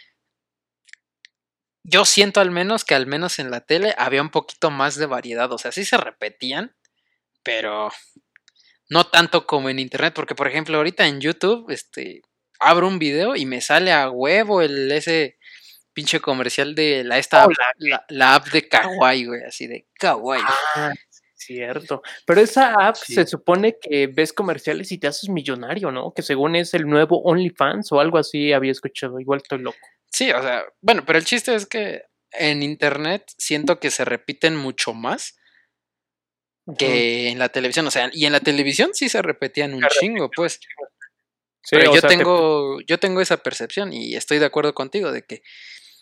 yo siento al menos que al menos en la tele había un poquito más de variedad. O sea, sí se repetían, pero no tanto como en internet. Porque, por ejemplo, ahorita en YouTube, este, abro un video y me sale a huevo el ese pinche comercial de la esta app, Hola. la, la app de Kawaii, güey, así de Kawaii. Ah, cierto. Pero esa app se sí. supone que ves comerciales y te haces millonario, ¿no? Que según es el nuevo OnlyFans o algo así había escuchado. Igual estoy loco. Sí, o sea, bueno, pero el chiste es que en internet siento que se repiten mucho más Ujú. que en la televisión. O sea, y en la televisión sí se repetían un chingo, pues. Sí, Pero o yo sea, te- tengo, yo tengo esa percepción y estoy de acuerdo contigo de que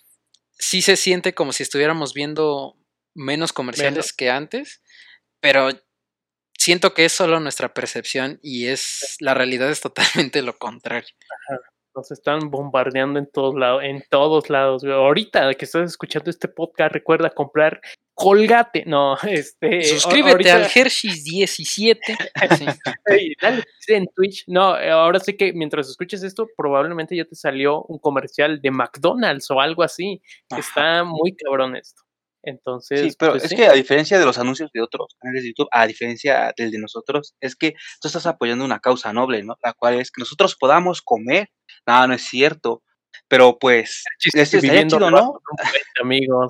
sí se siente como si estuviéramos viendo menos comerciales menos. que antes, pero siento que es solo nuestra percepción y es la realidad es totalmente lo contrario. Nos están bombardeando en todos lados, en todos lados, güey. Ahorita que estás escuchando este podcast, recuerda comprar Colgate. No, este, a- Suscríbete al ahorita, Hershey's diecisiete. Sí. ey, dale en Twitch. No, eh, ahora sí que mientras escuches esto, probablemente ya te salió un comercial de McDonald's o algo así. Ajá. Está muy cabrón esto. Sí, Entonces, pero pues es sí. que a diferencia de los anuncios de otros canales de YouTube, a diferencia del de nosotros, es que tú estás apoyando una causa noble, ¿no? La cual es que nosotros podamos comer. No, no es cierto. Pero pues, Chiste este estaría viviendo chido, debajo ¿no? de un puente, amigos.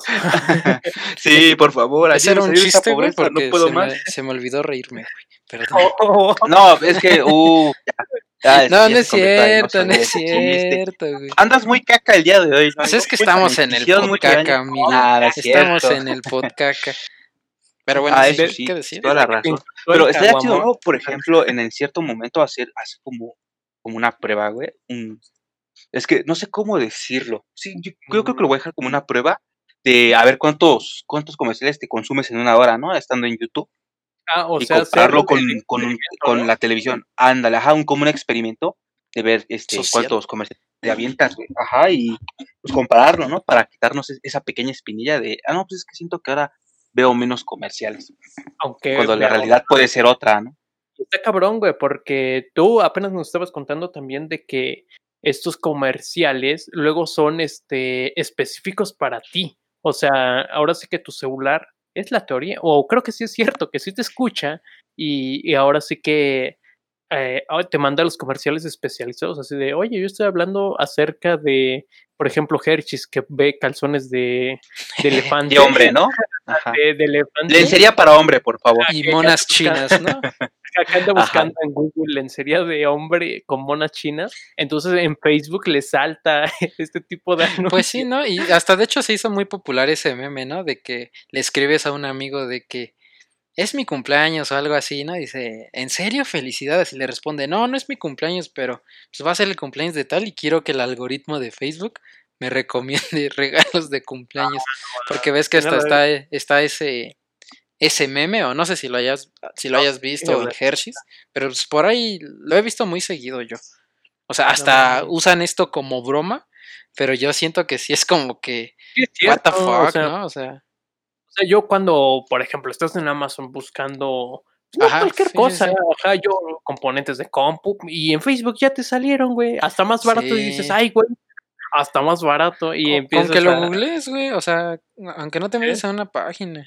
Sí, por favor, Ese era ayúdenos a un salir de esta chiste, güey, pobreza, no porque puedo se más. me, se me olvidó reírme, güey. Perdón. Oh, No, es que, uh, ya, ya, es- No, ya no se es convirtió en cierto, oso no de es ese chiste. cierto, güey. Andas muy caca el día de hoy, ¿no? Pues es que Mucha estamos en el bendición, mucho podcast, daño. amigo. Ah, no es Estamos cierto. en el podcast. Pero bueno, Ah, sí, eso de- sí, ¿qué decir? toda la desde que te razón. insultó Pero el estaría chido, caguamón. ¿no? Por ejemplo, en el cierto momento hacer, hacer como, como una prueba, güey. un- Es que no sé cómo decirlo. Sí, yo, yo creo que lo voy a dejar como una prueba de a ver cuántos, cuántos comerciales te consumes en una hora, ¿no? Estando en YouTube Ah, o y sea, hacerlo compararlo de con, de con, un- experimento, con ¿no? la televisión. Ándale, ajá, un, como un experimento de ver este Social. cuántos comerciales te avientas, güey. Ajá, y pues compararlo, ¿no? Para quitarnos es- esa pequeña espinilla de, ah, no, pues es que siento que ahora veo menos comerciales. Aunque, Cuando la pero realidad puede ser otra, ¿no? está cabrón, güey, porque tú apenas nos estabas contando también de que estos comerciales luego son este específicos para ti. O sea, ahora sí que tu celular es la teoría, o creo que sí es cierto, que sí te escucha y, y ahora sí que eh, ah, te manda los comerciales especializados, así de, oye, yo estoy hablando acerca de, por ejemplo, Hershey's, que ve calzones de, de elefante, De hombre, ¿no? Ajá. de, de elefante, Lencería para hombre, por favor. ah, Y que- que monas anda buscando- chinas, ¿no? acá anda Ajá. buscando en Google lencería de hombre con monas chinas, entonces en Facebook le salta este tipo de anuncios. Pues sí, ¿no? Y hasta de hecho se hizo muy popular ese meme, ¿no? De que le escribes a un amigo de que es mi cumpleaños o algo así, ¿no? Dice, ¿en serio? Felicidades. Y le responde, no, no es mi cumpleaños, pero pues va a ser el cumpleaños de tal y quiero que el algoritmo de Facebook me recomiende regalos de cumpleaños. Porque ves que No, hasta no, está, está ese, ese meme, o no sé si lo hayas, si lo no, hayas visto, a o el ver. Hershey's, pero pues por ahí lo he visto muy seguido yo. O sea, No hasta mames. usan esto como broma, pero yo siento que sí es como que, Sí, es what the cierto, fuck, o sea, ¿no? O sea, o sea, yo cuando, por ejemplo, estás en Amazon buscando no, ajá, cualquier sí, sí, cosa, sí. ajá, yo componentes de compu y en Facebook ya te salieron, güey, hasta más barato y dices, Sí. ay, güey, hasta más barato y Con, con que empiezas lo a googlees, güey, o sea, aunque no te metas ¿eh? a una página.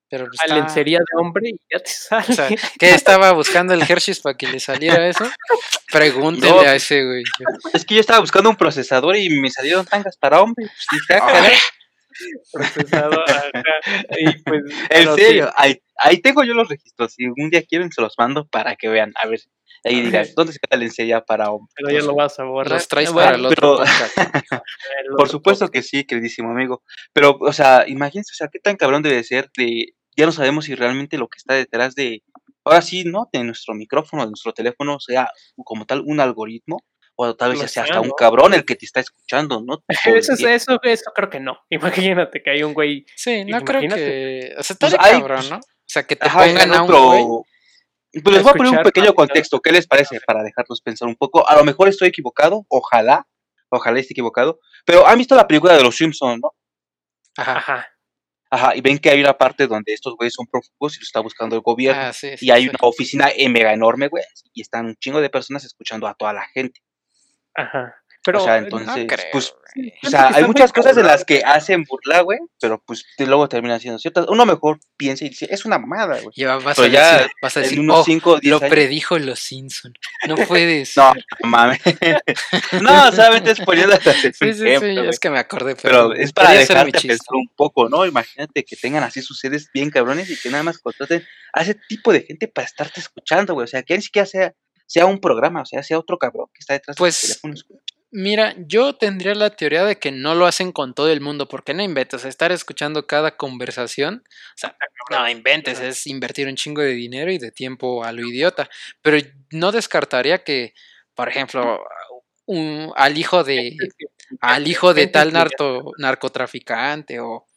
Pero pues A está... lencería de hombre y ya te sale. O sea, ¿qué estaba buscando el Hershey's para que le saliera eso? Pregúntenle No, a ese güey. Es que yo estaba buscando un procesador y me salieron tangas para hombre. Pues dije, ah, caray. Procesado, ajá, y pues, En pero serio, sí, ahí, ahí tengo yo los registros. Si un día quieren, se los mando para que vean. A ver, ahí digan, ¿dónde se queda la lencería para hombre? pero ya lo vas a borrar. Los traes Eh, para bueno, el otro pero- podcast. el Por otro supuesto podcast. que sí, queridísimo amigo. Pero, o sea, imagínense, o sea, qué tan cabrón debe ser de... Ya no sabemos si realmente lo que está detrás de... Ahora sí, ¿no? De nuestro micrófono, de nuestro teléfono, sea como tal un algoritmo. O tal vez Lo ya sea está, hasta un ¿no? cabrón el que te está escuchando, ¿no? Todo el Eso, es- día. eso, eso creo que no. Imagínate que hay un güey. Sí, no creo Imagínate. que... O sea, Pues estaría hay, cabrón, pues, ¿no? O sea, que te Ajá, pongan no, a un pero... güey... Pues les voy a poner un escuchar pequeño rápido. contexto. ¿Qué les parece? Para dejarlos pensar un poco. A lo mejor estoy equivocado. Ojalá. Ojalá esté equivocado. Pero han visto la película de los Simpsons, ¿no? Ajá. Ajá. Ajá, y ven que hay una parte donde estos güeyes son prófugos y lo está buscando el gobierno. Ah, sí, sí. Y hay sí. una oficina eh, mega enorme, güey, y están un chingo de personas escuchando a toda la gente. Ajá. Pero O sea, eh, entonces, No creo, pues, güey. o siento sea, que hay está muchas muy cosas de cabrón. las que hacen burla, güey, pero pues de- luego terminan siendo ciertas. Uno mejor piensa y dice, es una mamada, güey. Ya vas Pero a ya decir, vas a en decir, unos oh, cinco o diez lo años. predijo los Simpson. No puedes. No, mames. No, solamente es poniendo Sí, sí, un sí, ejemplo, güey. es que me acordé, Pero perdón. es para Quería ser mi dejarte chiste. pensar un poco, ¿no? Imagínate que tengan así sus sedes bien cabrones y que nada más contraten a ese tipo de gente para estarte escuchando, güey. O sea, que ni siquiera sea, sea un programa, o sea, sea otro cabrón que está detrás Pues, de tus teléfonos. Mira, yo tendría la teoría de que no lo hacen con todo el mundo, porque no inventes, estar escuchando cada conversación, o sea, no inventes, Ajá. es invertir un chingo de dinero y de tiempo a lo idiota, pero no descartaría que, por ejemplo, un- al hijo de al hijo de Gente tal influyente. narco, narcotraficante o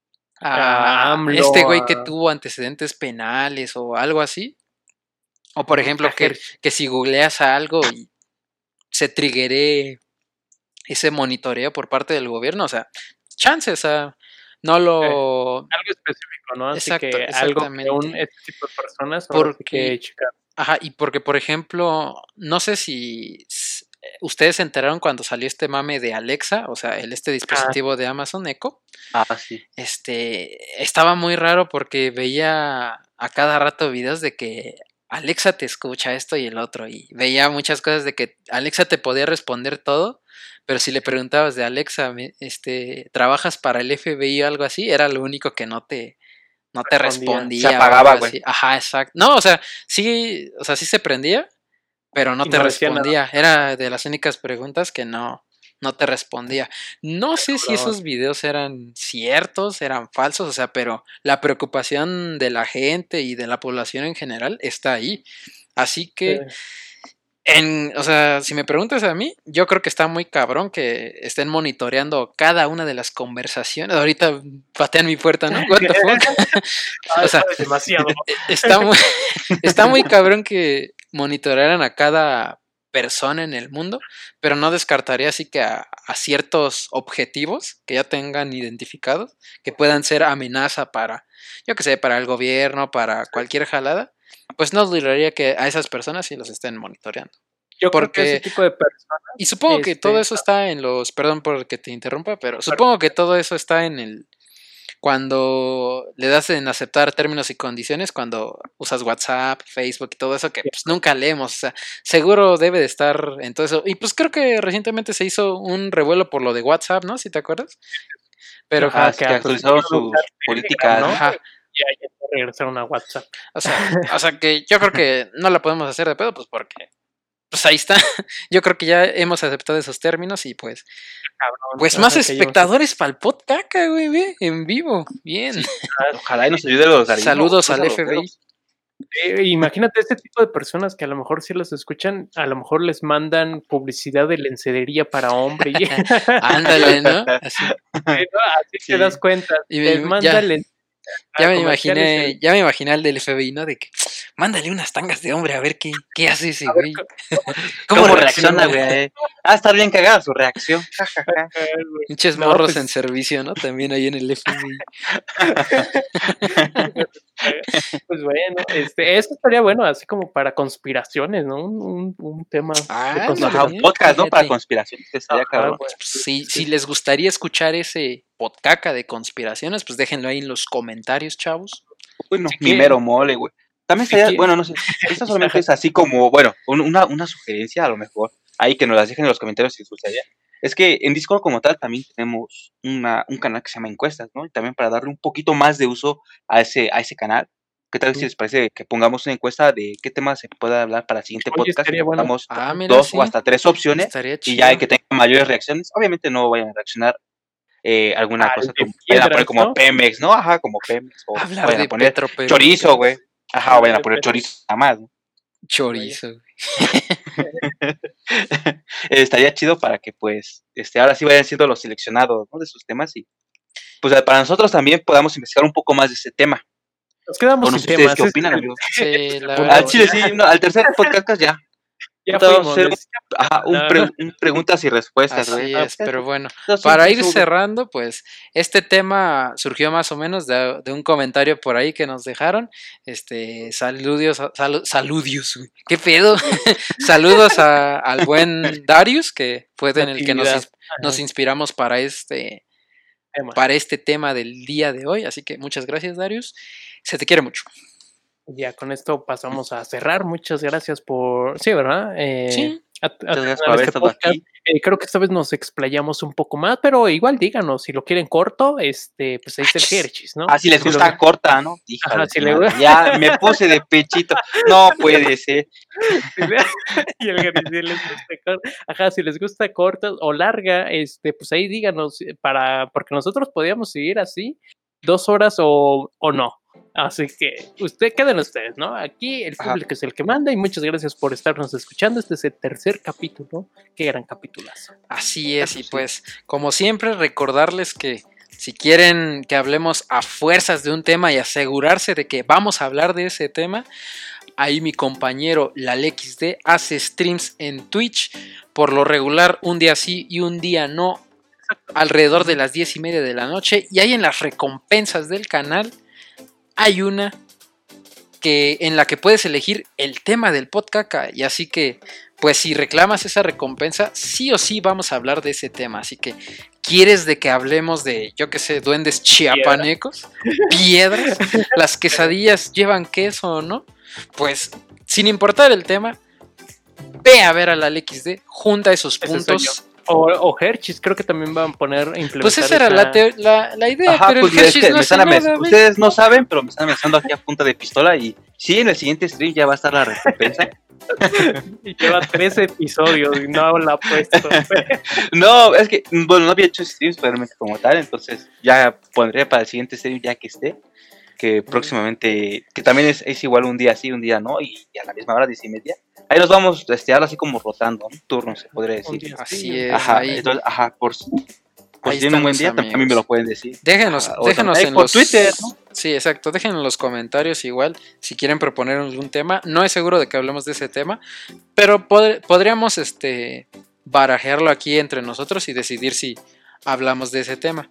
A a AMLO, este güey que a- tuvo antecedentes penales o algo así, o por Ujú, ejemplo a que, Hershey. que si googleas algo y se triggeré ese monitoreo por parte del gobierno, o sea, chance, o sea, no lo... Algo específico, ¿no? Así Exacto, que algo que un exactamente. este tipo de personas ahora sí Porque, que checar. ajá, y porque, por ejemplo, no sé si s- ustedes se enteraron cuando salió este mame de Alexa, o sea, el este dispositivo de Amazon Echo, Ah, sí. este, estaba muy raro porque veía a cada rato videos de que Alexa te escucha esto y el otro, y veía muchas cosas de que Alexa te podía responder todo, pero si le preguntabas de Alexa, me- este, ¿trabajas para el F B I o algo así? Era lo único que no te, no te Respondía. respondía. Se o apagaba, algo güey. así. Ajá, exacto. No, o sea, sí, o sea, sí se prendía, pero no Y te no decía nada. respondía. Era de las únicas preguntas que no, no te respondía. No sé si cabrón. esos videos eran ciertos, eran falsos, o sea, pero la preocupación de la gente y de la población en general está ahí. Así que, Eh, en, o sea, si me preguntas a mí, yo creo que está muy cabrón que estén monitoreando cada una de las conversaciones. Ahorita patean mi puerta, ¿no? What the fuck? ah, O sea, sabes demasiado. está muy, está muy cabrón que monitorearan a cada persona en el mundo, pero no descartaría así que a, a ciertos objetivos que ya tengan identificados, que puedan ser amenaza para, yo que sé, para el gobierno, para cualquier jalada, pues no dudaría que a esas personas sí los estén monitoreando. Yo creo que Porque, ese tipo de personas, y supongo que todo este, eso está en los, perdón por que te interrumpa, pero supongo que todo eso está en el, cuando le das en aceptar términos y condiciones, cuando usas WhatsApp, Facebook y todo eso, que pues nunca leemos, o sea, seguro debe de estar en todo eso. Y pues creo que recientemente se hizo un revuelo por lo de WhatsApp, ¿no? ¿Si te acuerdas? Pero, Ajá, Ah, sí, que que actualizaron actualizaron sus Telegram, políticas, ¿no? ¿no? ajá, ya, ya regresaron a WhatsApp. o sea, o sea que yo creo que no la podemos hacer de pedo, pues porque, pues ahí está. Yo creo que ya hemos aceptado esos términos y pues, Cabrón, pues ajá, más que llevamos- espectadores para el podcast, güey, ve, en vivo, bien. Sí. Ojalá y nos ayude los garinos. Saludos al Pues, a los F B I. dedos. Eh, imagínate este tipo de personas que a lo mejor si los escuchan, a lo mejor les mandan publicidad de lencería para hombre. Y, Ándale, ¿no? Así. así Sí. te das cuenta. Y les me- manda ya. len- Ya a me comerciales imaginé, el- ya me imaginé al del F B I, ¿no? De que mándale unas tangas de hombre a ver qué, qué hace ese A ver, güey. ¿Cómo, reacciona, güey? Ah, está bien cagada su reacción. Ja, ja, ja. eh, güey. Pinches No, morros pues- en servicio, ¿no? También ahí en el F B I. Pues bueno, este, eso estaría bueno, así como para conspiraciones, ¿no? Un, un, un tema Ah, de Ajá, conspiración. un podcast, ¿no? Para Fíjate. conspiraciones. que estaría Ajá, cabrón. güey. Pues, si, Sí. si les gustaría escuchar ese podcast de conspiraciones, pues déjenlo ahí en los comentarios, chavos. Bueno, Si mi quieren- mero mole, güey. También si estaría, quieren- bueno, no sé, esto solamente es así como, bueno, un- una, una sugerencia a lo mejor, ahí que nos las dejen en los comentarios si les gustaría. Es que en Discord como tal también tenemos una, un canal que se llama Encuestas, ¿no? Y también para darle un poquito más de uso a ese, a ese canal. ¿Qué tal si Ujú. les parece que pongamos una encuesta de qué temas se puede hablar para el siguiente Oye, podcast? Y estaría bueno. damos Ah, mira, dos sí. o hasta tres opciones Estaría y ya hay chido. que tengan mayores reacciones. Obviamente no vayan a reaccionar eh, alguna Al cosa de como, vayan a poner piedras, como ¿no? Pemex, ¿no? Ajá, como Pemex. O Hablar vayan de a poner Petro Perú. chorizo, güey. Ajá, o Hablar vayan a de poner Petro. chorizo nada más, ¿no? Chorizo. güey. Eh, estaría chido para que pues este ahora sí vayan siendo los seleccionados, ¿no? De sus temas y pues para nosotros también podamos investigar un poco más de ese tema. Nos quedamos O no sin sé ustedes temas. qué ese opinan, es el- amigos. Sí, ese es el la punto, Al verdad. chile sí, no, al tercer podcast ya. Ya Vamos a fuimos. hacer un, les- ajá, un, no. pre- un preguntas y respuestas, güey. Así es, pero bueno, Yo siempre para ir subo- cerrando, pues este tema surgió más o menos de, de un comentario por ahí que nos dejaron. Este, saludios, salu- saludios, güey. ¿Qué pedo? Saludos a- al buen Darius, que fue en el que nos, Natividad. ins- nos inspiramos para este, Tema. para este tema del día de hoy. Así que muchas gracias, Darius. Se te quiere mucho. Ya con esto pasamos a cerrar. Muchas gracias por. Sí, ¿verdad? Eh, Sí. a- a Muchas gracias terminar por haber este estado podcast. aquí. Eh, creo que esta vez nos explayamos un poco más, pero igual díganos, si lo quieren corto, este, pues ahí está el Hershey's, ¿no? Ah, si les Si lo- gusta corta, ¿no? Hija Ajá, de si su le madre. gusta. Ya me puse de pechito. No puede ser. y el Hershey's, si les gusta corto. Ajá, si les gusta corta o larga, este, pues ahí díganos, eh, para, porque nosotros podíamos seguir así dos horas o, o no. Así que usted queden ustedes, ¿no? Aquí el Ajá. público es el que manda y muchas gracias por estarnos escuchando. Este es el tercer capítulo. Qué gran capitulazo. Así es, Eso y sí. pues, como siempre, recordarles que si quieren que hablemos a fuerzas de un tema y asegurarse de que vamos a hablar de ese tema, ahí mi compañero LalXD hace streams en Twitch, por lo regular un día sí y un día no, alrededor de las diez y media de la noche, y ahí en las recompensas del canal hay una que, en la que puedes elegir el tema del podcast, y así que pues si reclamas esa recompensa, sí o sí vamos a hablar de ese tema. Así que, ¿quieres de que hablemos de, yo qué sé, duendes chiapanecos? ¿Piedras? ¿Las quesadillas llevan queso o no? Pues, sin importar el tema, ve a ver a la L X D, junta esos Ese soy puntos. O, o Hershey's, creo que también van a poner implementar. Pues esa era la, teo- la, la idea, Ajá, pero pues el es Hershey's que no me hace están ames- nada, güey. ustedes no saben, pero me están amenazando aquí a punta de pistola y sí, en el siguiente stream ya va a estar la recompensa. Y lleva tres episodios y no la ha puesto. No, es que, bueno, no había hecho streams realmente como tal, entonces ya pondré para el siguiente stream ya que esté, que próximamente, que también es, es igual un día sí, un día no, y, y a la misma hora, diez y media. Ahí nos vamos a estear así como rotando, ¿no? Turnos, se podría Un decir. día Así sí, es. Ajá, ahí- entonces, ajá, por, por ahí si tienen un buen estamos, día, también a mí me amigos. lo pueden decir. Déjenos, Ajá, o déjenos también en por los Twitter, ¿no? Sí, exacto. Déjenos en los comentarios igual si quieren proponer algún tema. No es seguro de que hablemos de ese tema, pero pod- podríamos este barajearlo aquí entre nosotros y decidir si hablamos de ese tema.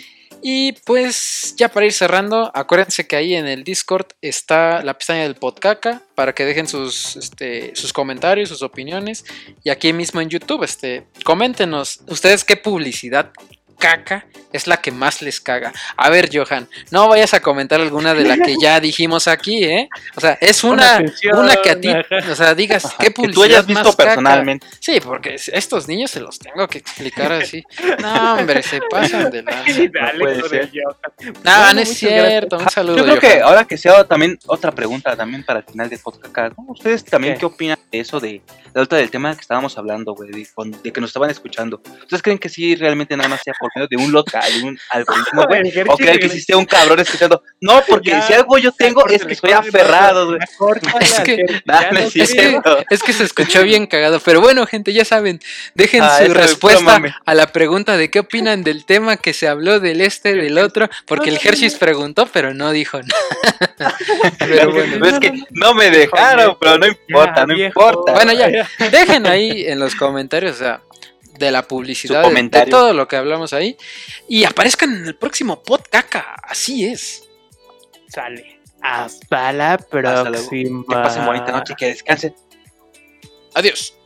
Y pues ya para ir cerrando, acuérdense que ahí en el Discord está la pestaña del Podcaca para que dejen sus, este, sus comentarios, sus opiniones. Y aquí mismo en YouTube, este, coméntenos ustedes qué publicidad caca es la que más les caga. A ver, Johan, no vayas a comentar alguna de la que ya dijimos aquí, ¿eh? O sea, es una, atención, una que a ti, ajá. o sea, digas Ajá, qué que tú publicidad hayas visto más caca. personalmente. Sí, porque estos niños se los tengo que explicar así. No, hombre, se pasan de lanza. Dale, puede con ser. el Johan. No, Bueno, no es muchas cierto. Un saludo, Yo creo Johan. que ahora que sea también otra pregunta también para el final del podcast, ¿no? ¿Ustedes también ¿Qué? qué, opinan de eso, de la otra del tema que estábamos hablando, güey, de, con- de que nos estaban escuchando? ¿Ustedes creen que sí realmente nada más sea por medio de un local, de un algoritmo, güey? El Hershey ¿O creen que regresa. sí sea un cabrón escuchando? No, porque Ya, si algo yo tengo es Córtale, que estoy córtale, aferrado, güey. córtale, Es que- Hershey, Nah, ya no no es Es que, cierto. es que se escuchó bien cagado. Pero bueno, gente, ya saben. Dejen Ah, su eso es puro respuesta mame. a la pregunta de qué opinan del tema que se habló del este, del otro. Porque el Hershey's preguntó, pero no dijo nada. Pero bueno. Pero es que no me dejaron, pero no importa, no viejo. importa. Bueno, ya. Dejen ahí en los comentarios, o sea, de la publicidad, Su de, de comentario. todo lo que hablamos ahí. Y aparezcan en el próximo podcast. Así es. Sale. Hasta la Hasta luego. próxima. Que pasen bonita noche, que descansen. Adiós.